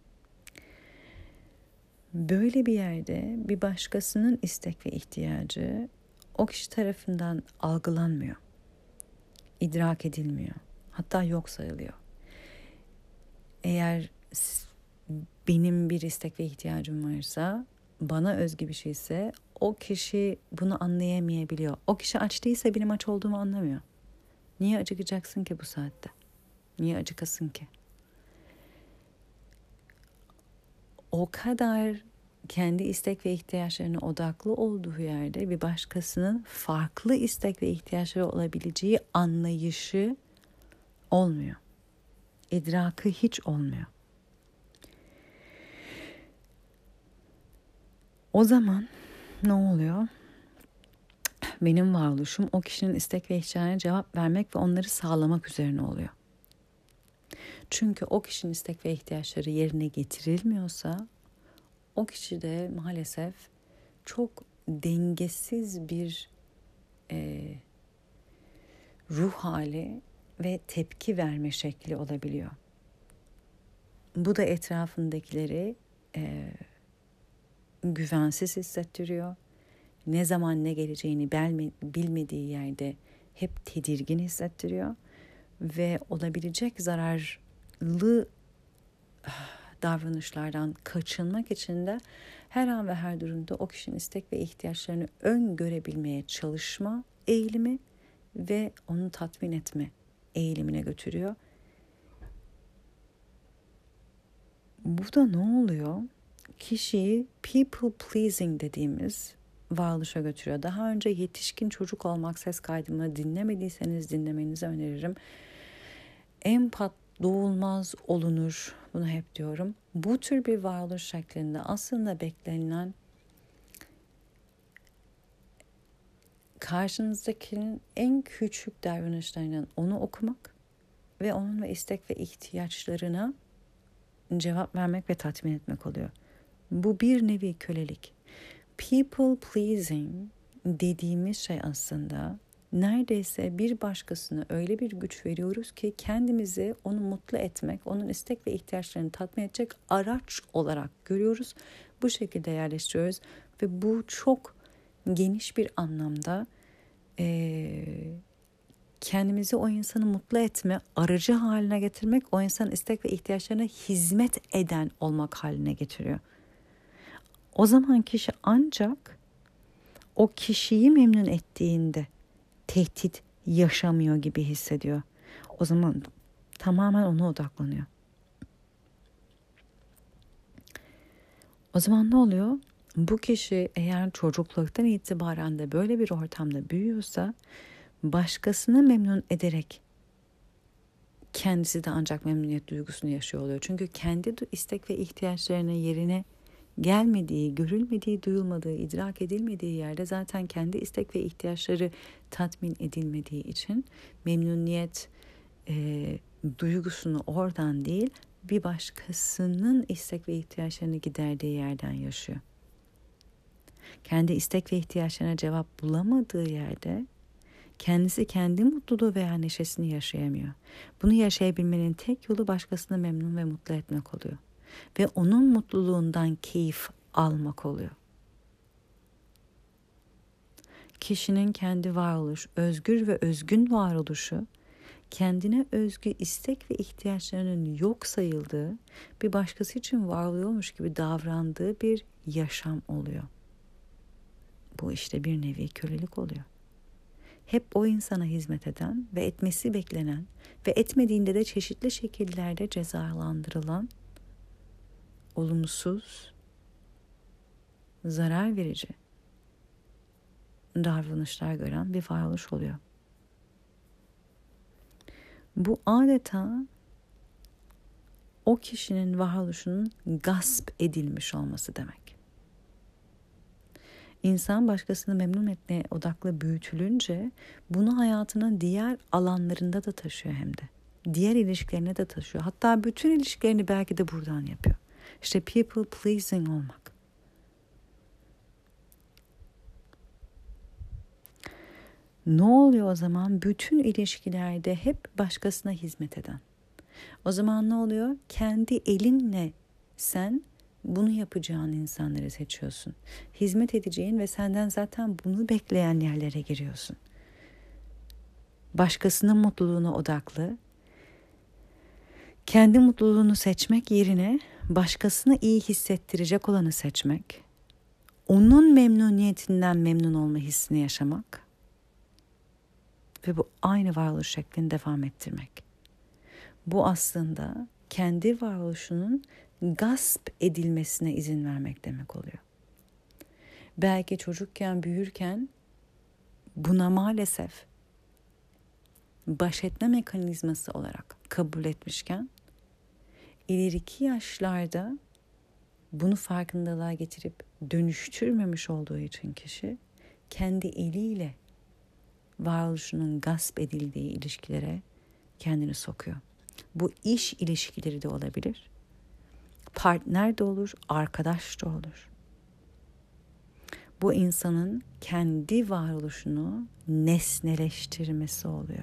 S1: Böyle bir yerde bir başkasının istek ve ihtiyacı o kişi tarafından algılanmıyor, idrak edilmiyor, hatta yok sayılıyor. Eğer benim bir istek ve ihtiyacım varsa bana özgü bir şeyse o kişi bunu anlayamayabiliyor. O kişi aç değilse benim aç olduğumu anlamıyor. Niye acıkacaksın ki bu saatte? Niye acıkasın ki? O kadar kendi istek ve ihtiyaçlarına odaklı olduğu yerde bir başkasının farklı istek ve ihtiyaçları olabileceği anlayışı olmuyor. İdrakı hiç olmuyor. O zaman ne oluyor? Benim varoluşum o kişinin istek ve ihtiyaçlarına cevap vermek ve onları sağlamak üzerine oluyor. Çünkü o kişinin istek ve ihtiyaçları yerine getirilmiyorsa o kişi de maalesef çok dengesiz bir e, ruh hali ve tepki verme şekli olabiliyor. Bu da etrafındakileri e, güvensiz hissettiriyor. Ne zaman ne geleceğini bilmediği yerde hep tedirgin hissettiriyor ve olabilecek zararlı davranışlardan kaçınmak için de her an ve her durumda o kişinin istek ve ihtiyaçlarını öngörebilmeye çalışma eğilimi ve onu tatmin etme eğilimine götürüyor. Bu da ne oluyor? Kişiyi people pleasing dediğimiz varoluşa götürüyor. Daha önce Yetişkin Çocuk Olmak ses kaydımı dinlemediyseniz dinlemenizi öneririm. Empat doğulmaz olunur. Bunu hep diyorum. Bu tür bir varoluş şeklinde aslında beklenilen karşınızdakinin en küçük davranışlarından onu okumak ve onun ve istek ve ihtiyaçlarına cevap vermek ve tatmin etmek oluyor. Bu bir nevi kölelik. People pleasing dediğimiz şey aslında neredeyse bir başkasına öyle bir güç veriyoruz ki kendimizi onu mutlu etmek, onun istek ve ihtiyaçlarını tatmin edecek araç olarak görüyoruz. Bu şekilde yerleştiriyoruz ve bu çok geniş bir anlamda e, kendimizi o insanı mutlu etme aracı haline getirmek, o insanın istek ve ihtiyaçlarına hizmet eden olmak haline getiriyor. O zaman kişi ancak o kişiyi memnun ettiğinde tehdit yaşamıyor gibi hissediyor. O zaman tamamen ona odaklanıyor. O zaman ne oluyor? Bu kişi eğer çocukluktan itibaren de böyle bir ortamda büyüyorsa başkasını memnun ederek kendisi de ancak memnuniyet duygusunu yaşıyor oluyor. Çünkü kendi istek ve ihtiyaçlarını yerine gelmediği, görülmediği, duyulmadığı, idrak edilmediği yerde zaten kendi istek ve ihtiyaçları tatmin edilmediği için memnuniyet e, duygusunu oradan değil bir başkasının istek ve ihtiyaçlarını giderdiği yerden yaşıyor. Kendi istek ve ihtiyaçlarına cevap bulamadığı yerde kendisi kendi mutluluğu veya neşesini yaşayamıyor. Bunu yaşayabilmenin tek yolu başkasını memnun ve mutlu etmek oluyor. Ve onun mutluluğundan keyif almak oluyor. Kişinin kendi varoluş, özgür ve özgün varoluşu, kendine özgü istek ve ihtiyaçlarının yok sayıldığı, bir başkası için var oluyormuş gibi davrandığı bir yaşam oluyor. Bu işte bir nevi kölelik oluyor. Hep o insana hizmet eden ve etmesi beklenen ve etmediğinde de çeşitli şekillerde cezalandırılan olumsuz, zarar verici davranışlar gören bir varoluş oluyor. Bu adeta o kişinin varoluşunun gasp edilmiş olması demek. İnsan başkasını memnun etmeye odaklı büyütülünce bunu hayatının diğer alanlarında da taşıyor hem de. Diğer ilişkilerine de taşıyor. Hatta bütün ilişkilerini belki de buradan yapıyor. İşte people pleasing olmak. Ne oluyor o zaman? Bütün ilişkilerde hep başkasına hizmet eden. O zaman ne oluyor? Kendi elinle sen bunu yapacağın insanları seçiyorsun. Hizmet edeceğin ve senden zaten bunu bekleyen yerlere giriyorsun. Başkasının mutluluğuna odaklı, kendi mutluluğunu seçmek yerine başkasını iyi hissettirecek olanı seçmek onun memnuniyetinden memnun olma hissini yaşamak ve bu aynı varoluş şeklini devam ettirmek. Bu aslında kendi varoluşunun gasp edilmesine izin vermek demek oluyor. Belki çocukken, büyürken buna maalesef baş etme mekanizması olarak kabul etmişken, ileriki yaşlarda bunu farkındalığa getirip dönüştürmemiş olduğu için kişi kendi eliyle varoluşunun gasp edildiği ilişkilere kendini sokuyor. Bu iş ilişkileri de olabilir, partner de olur, arkadaş da olur. Bu insanın kendi varoluşunu nesneleştirmesi oluyor.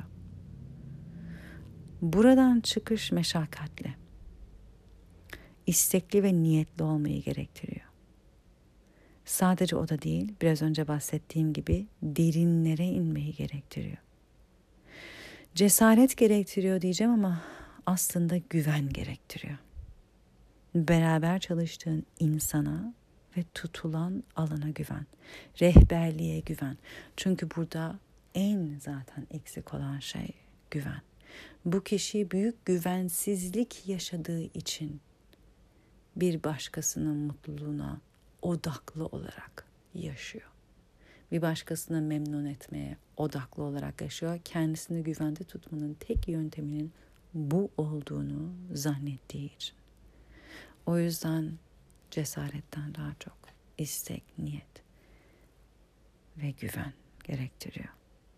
S1: Buradan çıkış meşakkatli, istekli ve niyetli olmayı gerektiriyor. Sadece o da değil, biraz önce bahsettiğim gibi derinlere inmeyi gerektiriyor. Cesaret gerektiriyor diyeceğim ama aslında güven gerektiriyor. Beraber çalıştığın insana ve tutulan alana güven. Rehberliğe güven. Çünkü burada en zaten eksik olan şey güven. Bu kişi büyük güvensizlik yaşadığı için bir başkasının mutluluğuna odaklı olarak yaşıyor. Bir başkasını memnun etmeye odaklı olarak yaşıyor. Kendisini güvende tutmanın tek yönteminin bu olduğunu zannettiği için. O yüzden cesaretten daha çok istek, niyet ve güven gerektiriyor.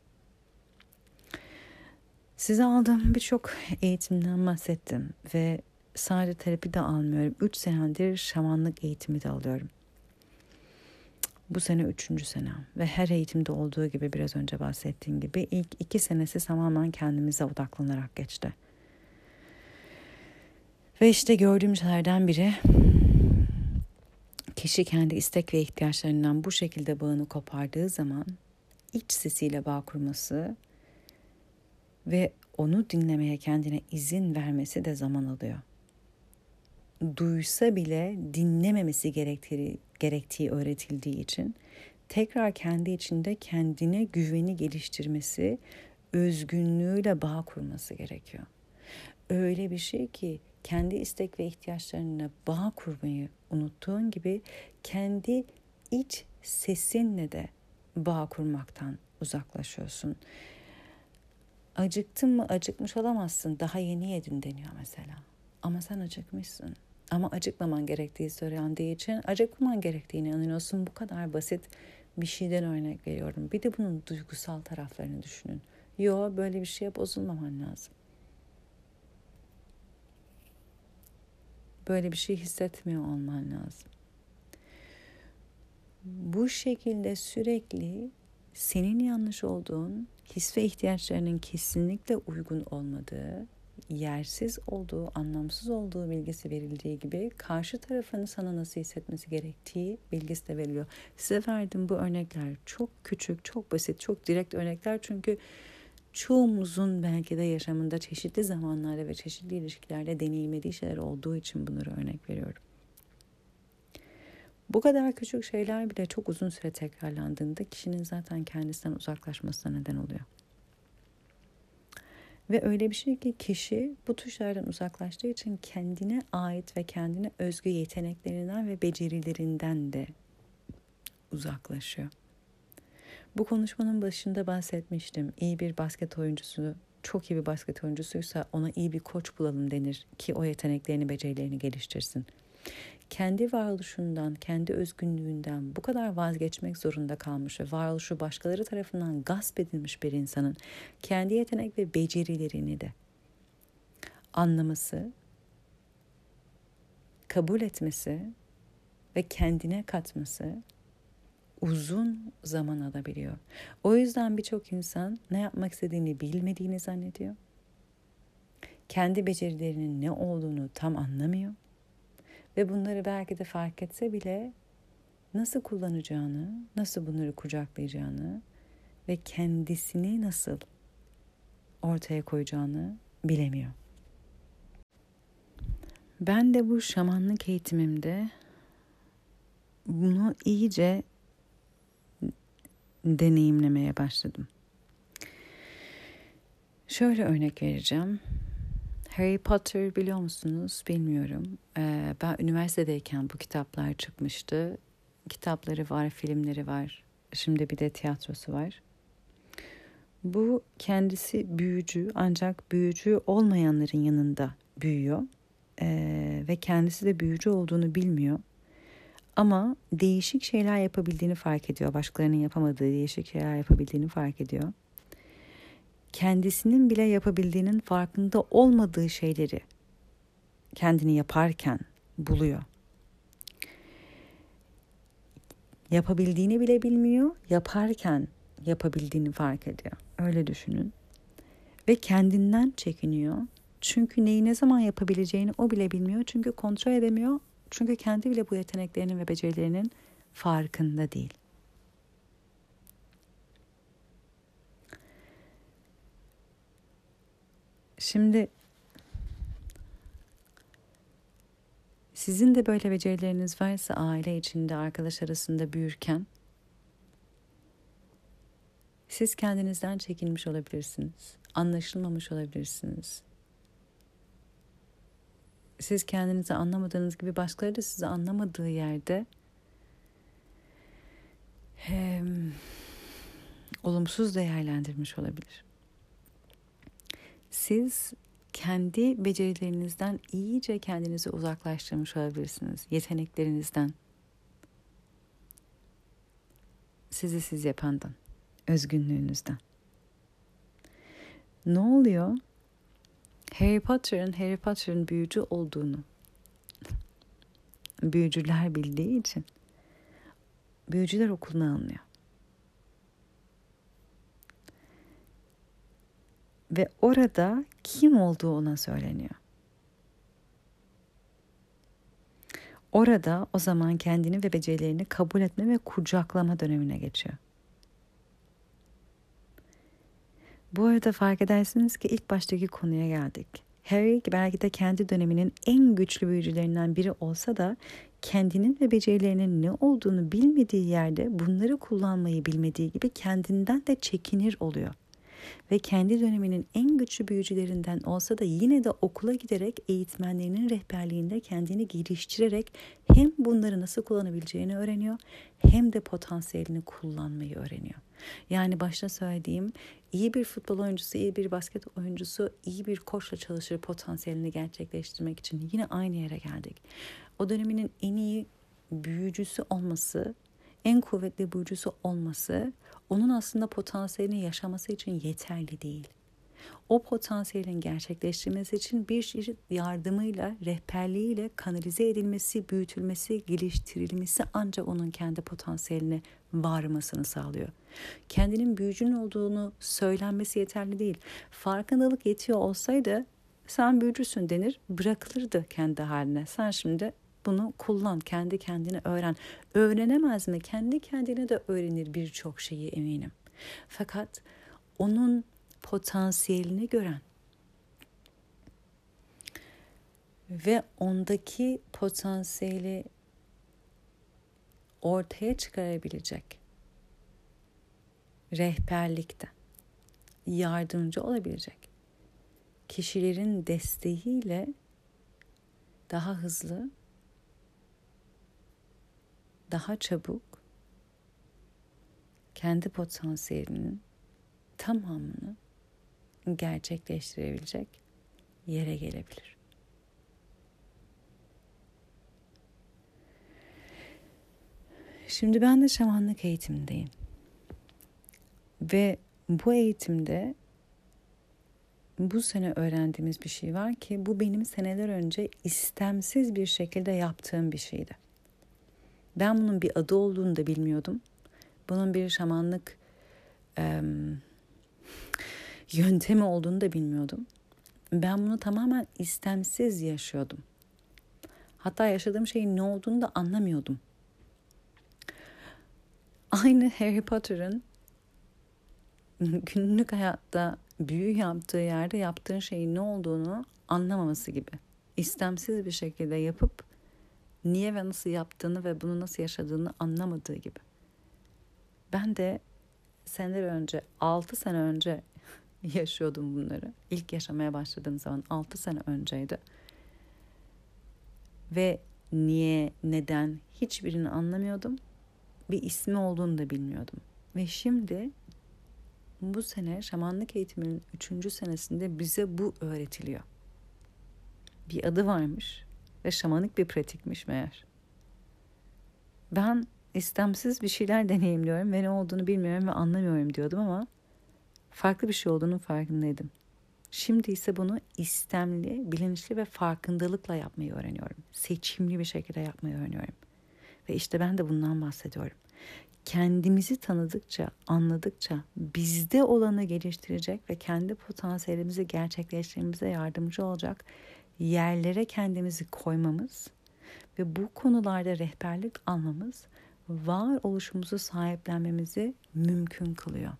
S1: Size aldığım birçok eğitimden bahsettim ve sadece terapi de almıyorum. Üç senedir şamanlık eğitimi de alıyorum. Bu sene üçüncü senem ve her eğitimde olduğu gibi biraz önce bahsettiğim gibi ilk iki senesi tamamen kendimize odaklanarak geçti. Ve işte gördüğüm şeylerden biri, kişi kendi istek ve ihtiyaçlarından bu şekilde bağını kopardığı zaman iç sesiyle bağ kurması ve onu dinlemeye kendine izin vermesi de zaman alıyor. Duysa bile dinlememesi gerektiği, gerektiği öğretildiği için tekrar kendi içinde kendine güveni geliştirmesi, özgünlüğüyle bağ kurması gerekiyor. Öyle bir şey ki kendi istek ve ihtiyaçlarına bağ kurmayı unuttuğun gibi kendi iç sesinle de bağ kurmaktan uzaklaşıyorsun. Acıktın mı? Acıkmış olamazsın. Daha yeni yedin deniyor mesela. Ama sen acıkmışsın. Ama acıkmaman gerektiği söylendiği için acıkmaman gerektiğine inanıyorsun. Bu kadar basit bir şeyden örnek veriyorum. Bir de bunun duygusal taraflarını düşünün. Yo, böyle bir şeye bozulmaman lazım. Böyle bir şey hissetmiyor olman lazım. Bu şekilde sürekli senin yanlış olduğun, his ve ihtiyaçlarının kesinlikle uygun olmadığı, yersiz olduğu, anlamsız olduğu bilgisi verildiği gibi karşı tarafın sana nasıl hissetmesi gerektiği bilgisi de veriliyor. Size verdiğim bu örnekler çok küçük, çok basit, çok direkt örnekler çünkü çoğumuzun belki de yaşamında çeşitli zamanlarda ve çeşitli ilişkilerde deneyimlediği şeyler olduğu için bunları örnek veriyorum. Bu kadar küçük şeyler bile çok uzun süre tekrarlandığında kişinin zaten kendisinden uzaklaşmasına neden oluyor. Ve öyle bir şey ki kişi bu tuşlardan uzaklaştığı için kendine ait ve kendine özgü yeteneklerinden ve becerilerinden de uzaklaşıyor. Bu konuşmanın başında bahsetmiştim. İyi bir basket oyuncusu, çok iyi bir basket oyuncusuysa ona iyi bir koç bulalım denir ki o yeteneklerini, becerilerini geliştirsin. Kendi varoluşundan, kendi özgünlüğünden bu kadar vazgeçmek zorunda kalmış ve varoluşu başkaları tarafından gasp edilmiş bir insanın kendi yetenek ve becerilerini de anlaması, kabul etmesi ve kendine katması uzun zaman alabiliyor. O yüzden birçok insan ne yapmak istediğini bilmediğini zannediyor. Kendi becerilerinin ne olduğunu tam anlamıyor. Ve bunları belki de fark etse bile nasıl kullanacağını, nasıl bunları kucaklayacağını ve kendisini nasıl ortaya koyacağını bilemiyor. Ben de bu şamanlık eğitimimde bunu iyice deneyimlemeye başladım. Şöyle örnek vereceğim. Harry Potter biliyor musunuz? Bilmiyorum. Ee, ben üniversitedeyken bu kitaplar çıkmıştı. Kitapları var, filmleri var. Şimdi bir de tiyatrosu var. Bu kendisi büyücü, ancak büyücü olmayanların yanında büyüyor. Ee, ve kendisi de büyücü olduğunu bilmiyor. Ama değişik şeyler yapabildiğini fark ediyor. Başkalarının yapamadığı değişik şeyler yapabildiğini fark ediyor. Kendisinin bile yapabildiğinin farkında olmadığı şeyleri kendini yaparken buluyor. Yapabildiğini bile bilmiyor, yaparken yapabildiğini fark ediyor. Öyle düşünün. Ve kendinden çekiniyor. Çünkü neyi ne zaman yapabileceğini o bile bilmiyor. Çünkü kontrol edemiyor. Çünkü kendi bile bu yeteneklerinin ve becerilerinin farkında değil. Şimdi sizin de böyle becerileriniz varsa aile içinde, arkadaş arasında büyürken siz kendinizden çekinmiş olabilirsiniz. Anlaşılmamış olabilirsiniz. Siz kendinizi anlamadığınız gibi başkaları da sizi anlamadığı yerde hem, olumsuz değerlendirmiş olabilir. Siz kendi becerilerinizden iyice kendinizi uzaklaştırmış olabilirsiniz. Yeteneklerinizden. Sizi siz yapandan. Özgünlüğünüzden. Ne oluyor? Harry Potter'ın Harry Potter'ın büyücü olduğunu büyücüler bildiği için büyücüler okuluna alınıyor. Ve orada kim olduğu ona söyleniyor. Orada o zaman kendini ve becerilerini kabul etme ve kucaklama dönemine geçiyor. Bu arada fark edersiniz ki ilk baştaki konuya geldik. Harry belki de kendi döneminin en güçlü büyücülerinden biri olsa da kendinin ve becerilerinin ne olduğunu bilmediği yerde bunları kullanmayı bilmediği gibi kendinden de çekinir oluyor. Ve kendi döneminin en güçlü büyücülerinden olsa da yine de okula giderek eğitmenlerinin rehberliğinde kendini geliştirerek hem bunları nasıl kullanabileceğini öğreniyor hem de potansiyelini kullanmayı öğreniyor. Yani başta söylediğim iyi bir futbol oyuncusu, iyi bir basket oyuncusu, iyi bir koçla çalışır potansiyelini gerçekleştirmek için yine aynı yere geldik. O döneminin en iyi büyücüsü olması, en kuvvetli büyücüsü olması onun aslında potansiyelini yaşaması için yeterli değil. O potansiyelin gerçekleştirmesi için bir çeşit yardımıyla, rehberliğiyle kanalize edilmesi, büyütülmesi, geliştirilmesi ancak onun kendi potansiyeline varmasını sağlıyor. Kendinin büyücünün olduğunu söylenmesi yeterli değil. Farkındalık yetiyor olsaydı sen büyücüsün denir, bırakılırdı kendi haline. Sen şimdi bunu kullan, kendi kendine öğren. Öğrenemez mi? Kendi kendine de öğrenir birçok şeyi eminim. Fakat onun potansiyelini gören ve ondaki potansiyeli ortaya çıkarabilecek rehberlikte yardımcı olabilecek kişilerin desteğiyle daha hızlı, daha çabuk kendi potansiyelinin tamamını gerçekleştirebilecek yere gelebilir. Şimdi ben de şamanlık eğitimindeyim. Ve bu eğitimde bu sene öğrendiğimiz bir şey var ki bu benim seneler önce istemsiz bir şekilde yaptığım bir şeydi. Ben bunun bir adı olduğunu da bilmiyordum. Bunun bir şamanlık e, yöntemi olduğunu da bilmiyordum. Ben bunu tamamen istemsiz yaşıyordum. Hatta yaşadığım şeyin ne olduğunu da anlamıyordum. Aynı Harry Potter'ın günlük hayatta büyü yaptığı yerde yaptığın şeyin ne olduğunu anlamaması gibi. İstemsiz bir şekilde yapıp niye ve nasıl yaptığını ve bunu nasıl yaşadığını anlamadığı gibi. Ben de seneler önce, altı sene önce yaşıyordum bunları. İlk yaşamaya başladığım zaman altı sene önceydi. Ve niye, neden hiçbirini anlamıyordum. Bir ismi olduğunu da bilmiyordum. Ve şimdi bu sene şamanlık eğitiminin üçüncü senesinde bize bu öğretiliyor. Bir adı varmış ve şamanik bir pratikmiş meğer. Ben istemsiz bir şeyler deneyimliyorum ve ne olduğunu bilmiyorum ve anlamıyorum diyordum ama farklı bir şey olduğunun farkındaydım. Şimdi ise bunu istemli, bilinçli ve farkındalıkla yapmayı öğreniyorum. Seçimli bir şekilde yapmayı öğreniyorum. Ve işte ben de bundan bahsediyorum. Kendimizi tanıdıkça, anladıkça bizde olanı geliştirecek ve kendi potansiyelimizi gerçekleştirmemize yardımcı olacak yerlere kendimizi koymamız ve bu konularda rehberlik almamız varoluşumuzu sahiplenmemizi mümkün kılıyor.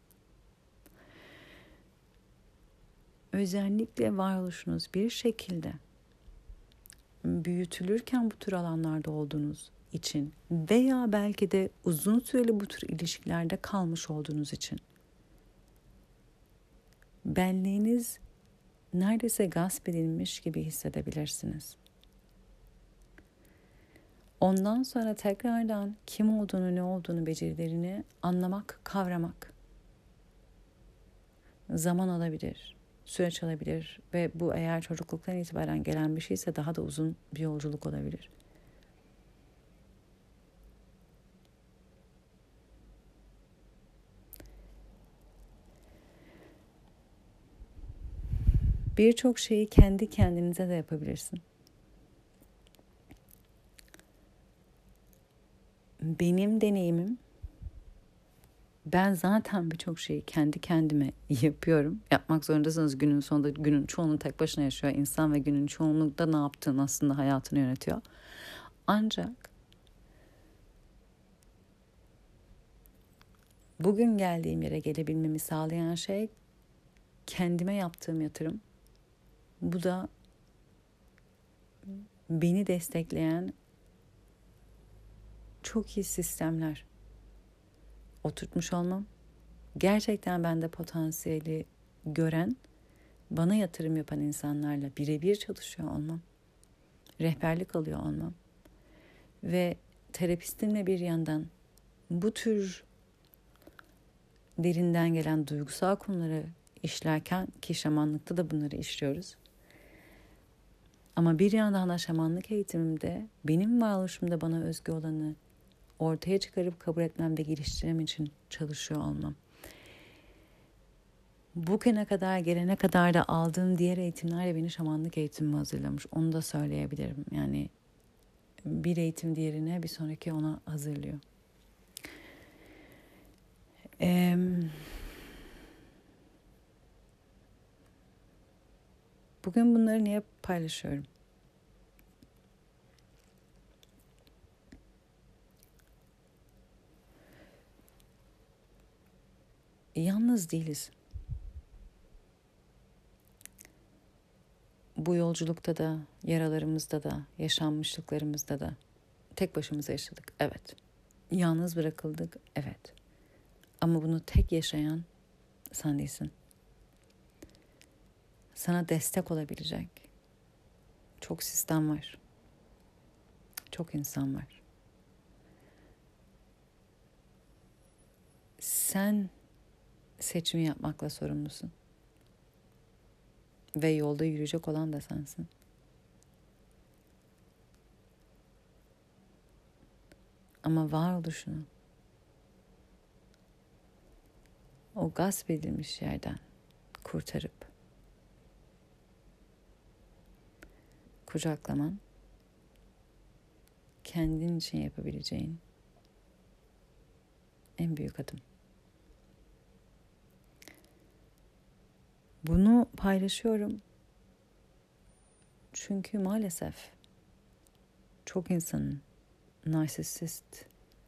S1: Özellikle varoluşunuz bir şekilde büyütülürken bu tür alanlarda olduğunuz için veya belki de uzun süreli bu tür ilişkilerde kalmış olduğunuz için benliğiniz neredeyse gasp edilmiş gibi hissedebilirsiniz. Ondan sonra tekrardan kim olduğunu, ne olduğunu, becerilerini anlamak, kavramak zaman alabilir, süreç alabilir ve bu eğer çocukluktan itibaren gelen bir şeyse daha da uzun bir yolculuk olabilir. Birçok şeyi kendi kendinize de yapabilirsin. Benim deneyimim, ben zaten birçok şeyi kendi kendime yapıyorum. Yapmak zorundasınız günün sonunda. Günün çoğunu tek başına yaşıyor insan ve günün çoğunlukta ne yaptığını aslında hayatını yönetiyor. Ancak bugün geldiğim yere gelebilmemi sağlayan şey kendime yaptığım yatırım. Bu da beni destekleyen çok iyi sistemler oturtmuş olmam. Gerçekten bende potansiyeli gören, bana yatırım yapan insanlarla birebir çalışıyor olmam. Rehberlik alıyor olmam. Ve terapistimle bir yandan bu tür derinden gelen duygusal konuları işlerken, ki şamanlıkta da bunları işliyoruz. Ama bir yandan da şamanlık eğitimimde benim varoluşumda bana özgü olanı ortaya çıkarıp kabul etmem ve geliştirmem için çalışıyor olmam. Bugüne kadar gelene kadar da aldığım diğer eğitimlerle beni şamanlık eğitimime hazırlamış. Onu da söyleyebilirim. Yani bir eğitim diğerine, bir sonraki ona hazırlıyor. Ee, bugün bunları niye paylaşıyorum? Yalnız değiliz. Bu yolculukta da, yaralarımızda da, yaşanmışlıklarımızda da tek başımıza yaşadık. Evet. Yalnız bırakıldık. Evet. Ama bunu tek yaşayan sen değilsin. Sana destek olabilecek çok sistem var. Çok insan var. Sen seçimi yapmakla sorumlusun. Ve yolda yürüyecek olan da sensin. Ama varoluşunu o gasp edilmiş yerden kurtarıp kucaklaman kendin için yapabileceğin en büyük adım. Bunu paylaşıyorum çünkü maalesef çok insanın narsisist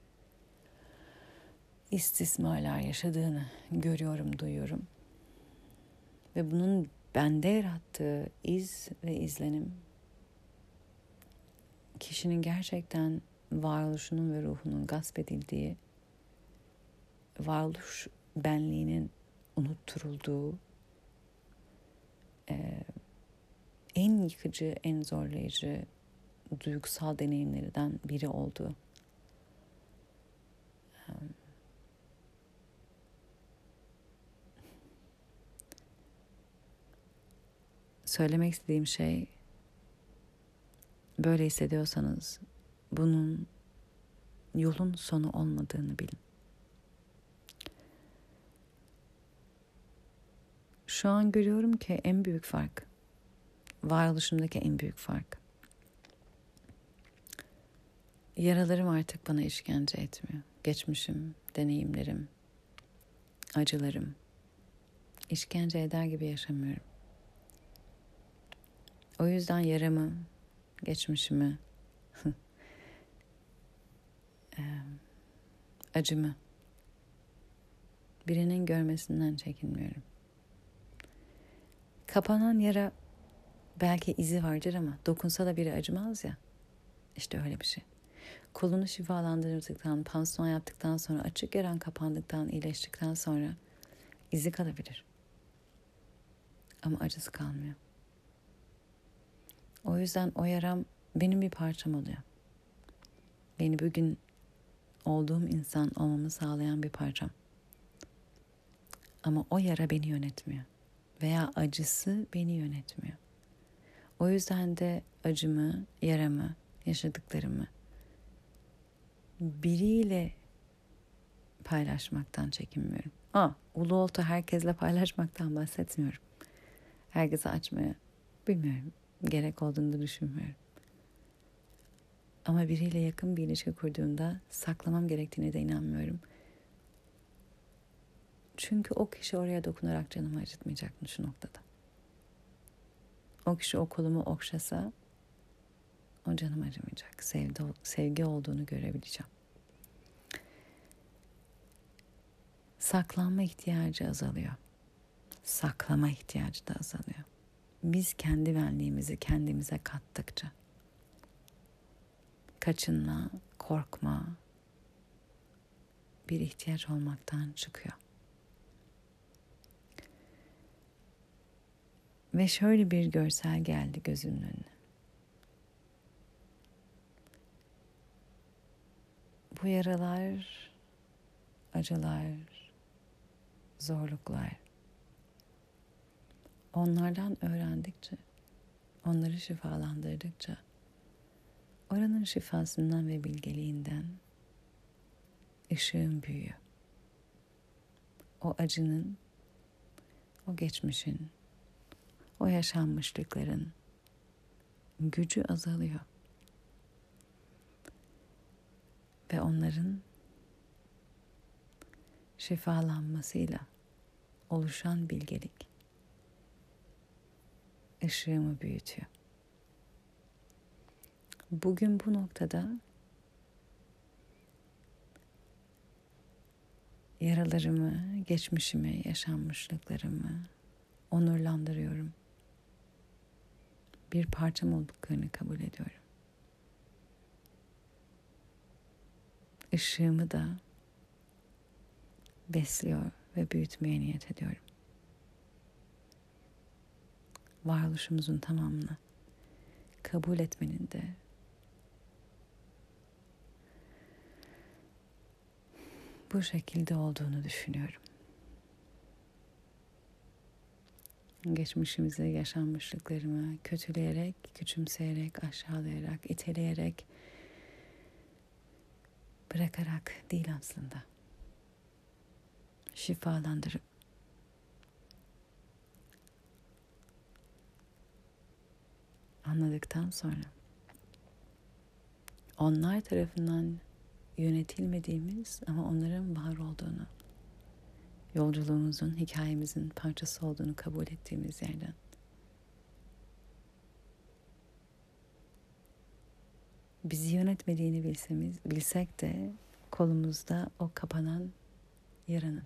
S1: istismarlar yaşadığını görüyorum, duyuyorum. Ve bunun bende yarattığı iz ve izlenim kişinin gerçekten varoluşunun ve ruhunun gasp edildiği, varoluş benliğinin unutturulduğu, e, en yıkıcı, en zorlayıcı duygusal deneyimlerden biri oldu. Söylemek istediğim şey, böyle hissediyorsanız bunun yolun sonu olmadığını bilin. Şu an görüyorum ki en büyük fark, varoluşumdaki en büyük fark, yaralarım artık bana işkence etmiyor. Geçmişim, deneyimlerim, acılarım işkence eder gibi yaşamıyorum. O yüzden yaramı, geçmişimi, acımı birinin görmesinden çekinmiyorum. Kapanan yara belki izi vardır ama dokunsa da biri acımaz ya. İşte öyle bir şey. Kolunu şifalandırdıktan, pansuman yaptıktan sonra, açık yaran kapandıktan, iyileştikten sonra izi kalabilir. Ama acısı kalmıyor. O yüzden o yaram benim bir parçam oluyor. Beni bugün olduğum insan olmamı sağlayan bir parçam. Ama o yara beni yönetmiyor. Veya acısı beni yönetmiyor. O yüzden de acımı, yaramı, yaşadıklarımı biriyle paylaşmaktan çekinmiyorum. Aa, ulu olta herkesle paylaşmaktan bahsetmiyorum. Herkese açmaya bilmiyorum. Gerek olduğunu da düşünmüyorum. Ama biriyle yakın bir ilişki kurduğumda saklamam gerektiğine de inanmıyorum. Çünkü o kişi oraya dokunarak canımı acıtmayacak mı şu noktada? O kişi o kolumu okşasa o canım acımayacak. Sevgi, sevgi olduğunu görebileceğim. Saklanma ihtiyacı azalıyor. Saklama ihtiyacı da azalıyor. Biz kendi benliğimizi kendimize kattıkça kaçınma, korkma bir ihtiyaç olmaktan çıkıyor. Ve şöyle bir görsel geldi gözümün önüne. Bu yaralar, acılar, zorluklar, onlardan öğrendikçe, onları şifalandırdıkça, oranın şifasından ve bilgeliğinden ışığım büyüyor. O acının, o geçmişin, o yaşanmışlıkların gücü azalıyor. Ve onların şifalanmasıyla oluşan bilgelik ışığımı büyütüyor. Bugün bu noktada yaralarımı, geçmişimi, yaşanmışlıklarımı onurlandırıyorum. Bir parçam olduklarını kabul ediyorum. Işığımı da besliyor ve büyütmeye niyet ediyorum. Varoluşumuzun tamamını kabul etmenin de bu şekilde olduğunu düşünüyorum. Geçmişimizi, yaşanmışlıklarımı kötüleyerek, küçümseyerek, aşağılayarak, iteleyerek, bırakarak değil aslında. Şifalandırıp anladıktan sonra onlar tarafından yönetilmediğimiz ama onların var olduğunu, yolculuğumuzun, hikayemizin parçası olduğunu kabul ettiğimiz yerden bizi yönetmediğini bilsemiz, bilsek de kolumuzda o kapanan yaranın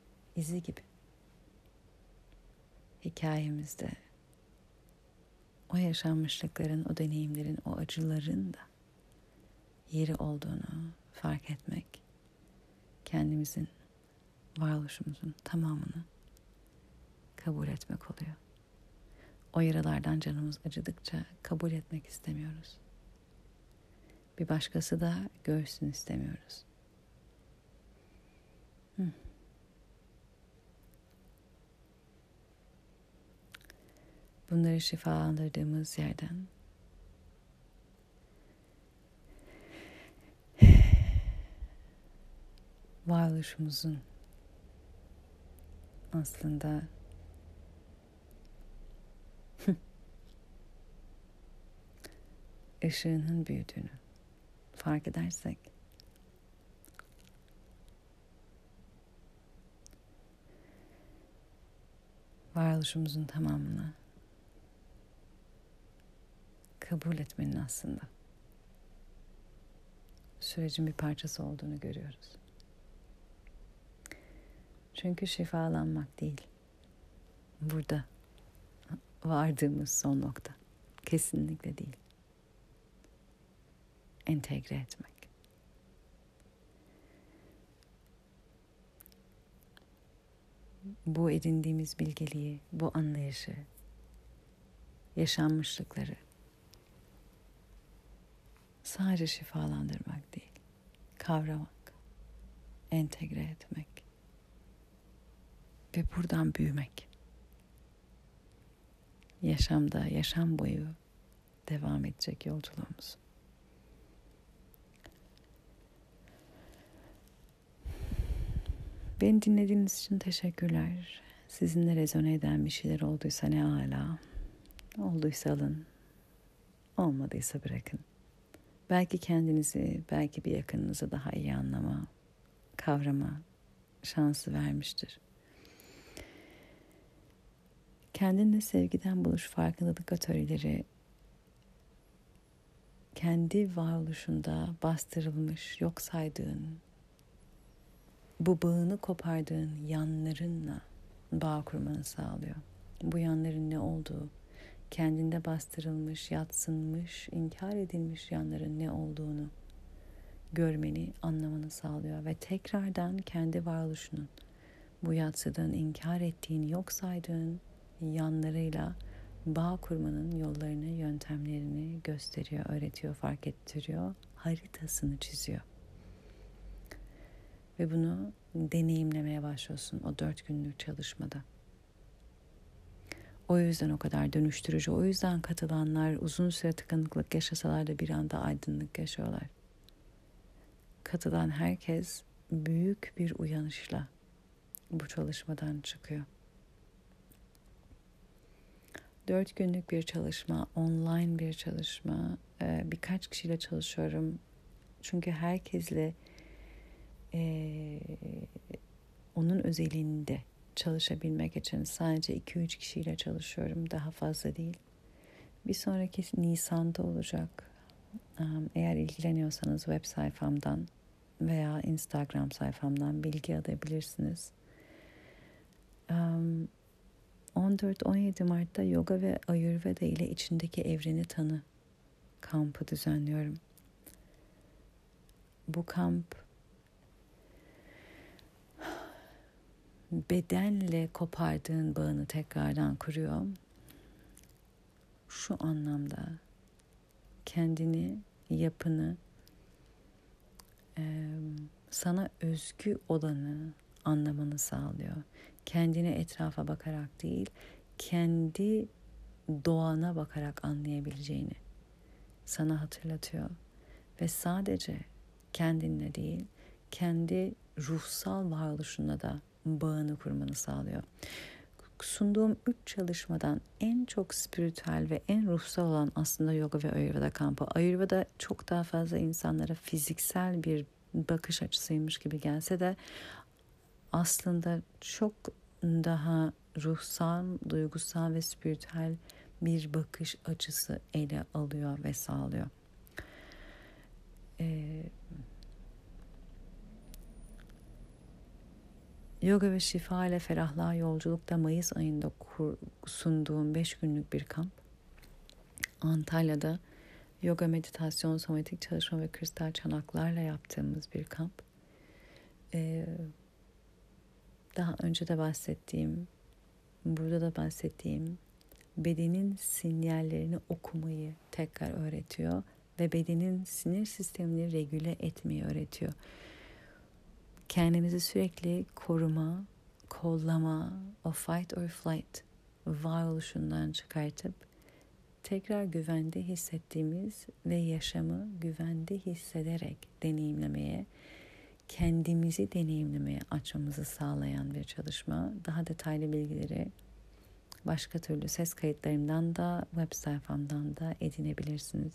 S1: izi gibi hikayemizde o yaşanmışlıkların, o deneyimlerin, o acıların da yeri olduğunu fark etmek, kendimizin, varoluşumuzun tamamını kabul etmek oluyor. O yaralardan canımız acıdıkça kabul etmek istemiyoruz. Bir başkası da görsün istemiyoruz. Hı. Bunları şifalandırdığımız yerden varoluşumuzun aslında ışığının büyüdüğünü fark edersek varoluşumuzun tamamını kabul etmenin aslında sürecin bir parçası olduğunu görüyoruz. Çünkü şifalanmak değil, burada vardığımız son nokta. Kesinlikle değil. Entegre etmek. Bu edindiğimiz bilgeliği, bu anlayışı, yaşanmışlıkları sadece şifalandırmak değil, kavramak, entegre etmek ve buradan büyümek. Yaşamda, yaşam boyu devam edecek yolculuğumuz. Beni dinlediğiniz için teşekkürler. Sizinle rezone eden bir şeyler olduysa ne âlâ. Olduysa alın, olmadıysa bırakın. Belki kendinizi, belki bir yakınınızı daha iyi anlama, kavrama şansı vermiştir. Kendinle sevgiden buluş farkındalık atölyeleri, kendi varoluşunda bastırılmış, yok saydığın, bu bağını kopardığın yanlarınla bağ kurmanı sağlıyor. Bu yanların ne olduğu, kendinde bastırılmış, yadsınmış, inkar edilmiş yanların ne olduğunu görmeni, anlamanı sağlıyor. Ve tekrardan kendi varoluşunun, bu yatsıdığın, inkar ettiğin, yok saydığın yanlarıyla bağ kurmanın yollarını, yöntemlerini gösteriyor, öğretiyor, fark ettiriyor, haritasını çiziyor. Ve bunu deneyimlemeye başlıyorsun o dört günlük çalışmada. O yüzden o kadar dönüştürücü, o yüzden katılanlar uzun süre tıkanıklık yaşasalar da bir anda aydınlık yaşıyorlar. Katılan herkes büyük bir uyanışla bu çalışmadan çıkıyor. Dört günlük bir çalışma, online bir çalışma, birkaç kişiyle çalışıyorum. Çünkü herkesle Ee, onun özelinde çalışabilmek için sadece iki üç kişiyle çalışıyorum. Daha fazla değil. Bir sonraki Nisan'da olacak. Eğer ilgileniyorsanız web sayfamdan veya Instagram sayfamdan bilgi alabilirsiniz. on dört on yedi Mart'ta yoga ve Ayurveda ile içindeki evreni tanı kampı düzenliyorum. Bu kamp bedenle kopardığın bağını tekrardan kuruyor. Şu anlamda kendini, yapını, e, sana özgü olanı anlamanı sağlıyor. Kendini etrafa bakarak değil, kendi doğana bakarak anlayabileceğini sana hatırlatıyor. Ve sadece kendinle değil, kendi ruhsal varoluşunla da bağını kurmanı sağlıyor. Sunduğum üç çalışmadan en çok spiritüel ve en ruhsal olan aslında yoga ve Ayurveda kampı. Ayurveda çok daha fazla insanlara fiziksel bir bakış açısıymış gibi gelse de aslında çok daha ruhsal, duygusal ve spiritüel bir bakış açısı ele alıyor ve sağlıyor. Ee, Yoga ve Şifa ile Ferahlığa Yolculuk'ta Mayıs ayında kur, sunduğum beş günlük bir kamp. Antalya'da yoga, meditasyon, somatik çalışma ve kristal çanaklarla yaptığımız bir kamp. Ee, daha önce de bahsettiğim, burada da bahsettiğim bedenin sinyallerini okumayı tekrar öğretiyor ve bedenin sinir sistemini regüle etmeyi öğretiyor. Kendimizi sürekli koruma, kollama, o fight or flight varoluşundan çıkartıp tekrar güvende hissettiğimiz ve yaşamı güvende hissederek deneyimlemeye, kendimizi deneyimlemeye açmamızı sağlayan bir çalışma. Daha detaylı bilgileri başka türlü ses kayıtlarımdan da web sayfamdan da edinebilirsiniz.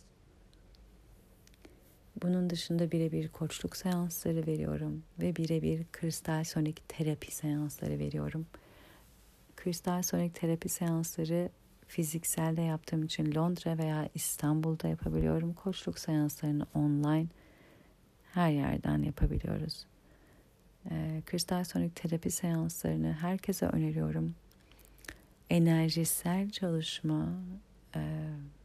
S1: Bunun dışında birebir koçluk seansları veriyorum ve birebir kristal sonik terapi seansları veriyorum. Kristal sonik terapi seansları fizikselde yaptığım için Londra veya İstanbul'da yapabiliyorum. Koçluk seanslarını online her yerden yapabiliyoruz. Ee, kristal sonik terapi seanslarını herkese öneriyorum. Enerjisel çalışma, e,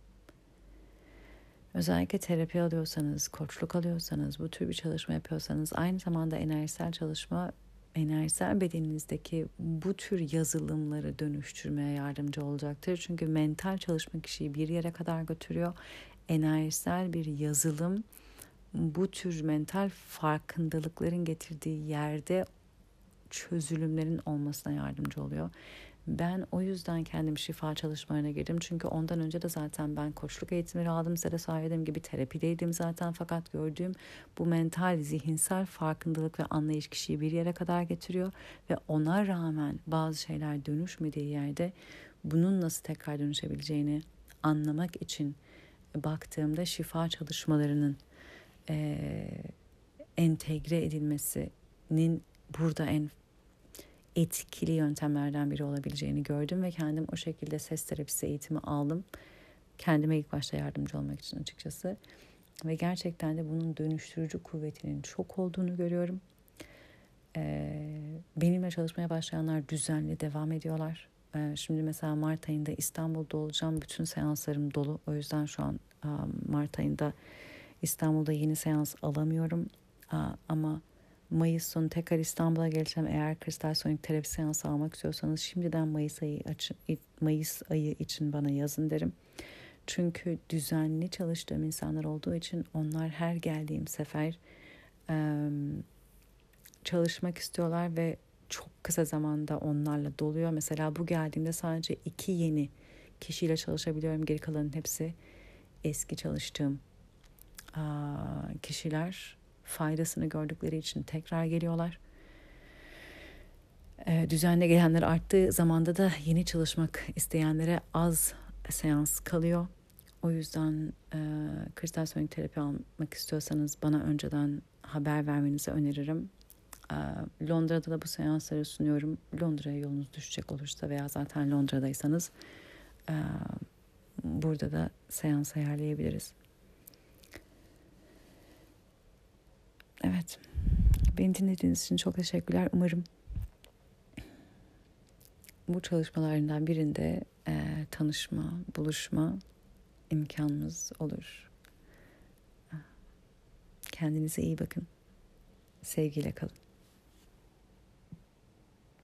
S1: özellikle terapi alıyorsanız, koçluk alıyorsanız, bu tür bir çalışma yapıyorsanız, aynı zamanda enerjisel çalışma, enerjisel bedeninizdeki bu tür yazılımları dönüştürmeye yardımcı olacaktır. Çünkü mental çalışma kişiyi bir yere kadar götürüyor. Enerjisel bir yazılım bu tür mental farkındalıkların getirdiği yerde çözülümlerin olmasına yardımcı oluyor. Ben o yüzden kendim şifa çalışmalarına girdim. Çünkü ondan önce de zaten ben koçluk eğitimleri aldım. Size de söylediğim gibi terapideydim zaten. Fakat gördüğüm bu mental, zihinsel farkındalık ve anlayış kişiyi bir yere kadar getiriyor. Ve ona rağmen bazı şeyler dönüşmediği yerde bunun nasıl tekrar dönüşebileceğini anlamak için baktığımda şifa çalışmalarının e, entegre edilmesinin burada en etkili yöntemlerden biri olabileceğini gördüm ve kendim o şekilde ses terapisi eğitimi aldım. Kendime ilk başta yardımcı olmak için açıkçası. Ve gerçekten de bunun dönüştürücü kuvvetinin çok olduğunu görüyorum. Ee, benimle çalışmaya başlayanlar düzenli devam ediyorlar. Ee, şimdi mesela Mart ayında İstanbul'da olacağım. Bütün seanslarım dolu. O yüzden şu an Mart ayında İstanbul'da yeni seans alamıyorum. Ama Mayıs sonu tekrar İstanbul'a geleceğim. Eğer kristal sonik terapi seansı almak istiyorsanız şimdiden Mayıs ayı, Mayıs ayı için bana yazın derim. Çünkü düzenli çalıştığım insanlar olduğu için onlar her geldiğim sefer çalışmak istiyorlar ve çok kısa zamanda onlarla doluyor. Mesela bu geldiğimde sadece iki yeni kişiyle çalışabiliyorum. Geri kalanın hepsi eski çalıştığım kişiler. Faydasını gördükleri için tekrar geliyorlar. Ee, düzenli gelenler arttığı zamanda da yeni çalışmak isteyenlere az seans kalıyor. O yüzden e, kristal sonik terapi almak istiyorsanız bana önceden haber vermenizi öneririm. E, Londra'da da bu seansları sunuyorum. Londra'ya yolunuz düşecek olursa veya zaten Londra'daysanız e, burada da seans ayarlayabiliriz. Evet, beni dinlediğiniz için çok teşekkürler. Umarım bu çalışmalarından birinde e, tanışma, buluşma imkanımız olur. Kendinize iyi bakın. Sevgiyle kalın.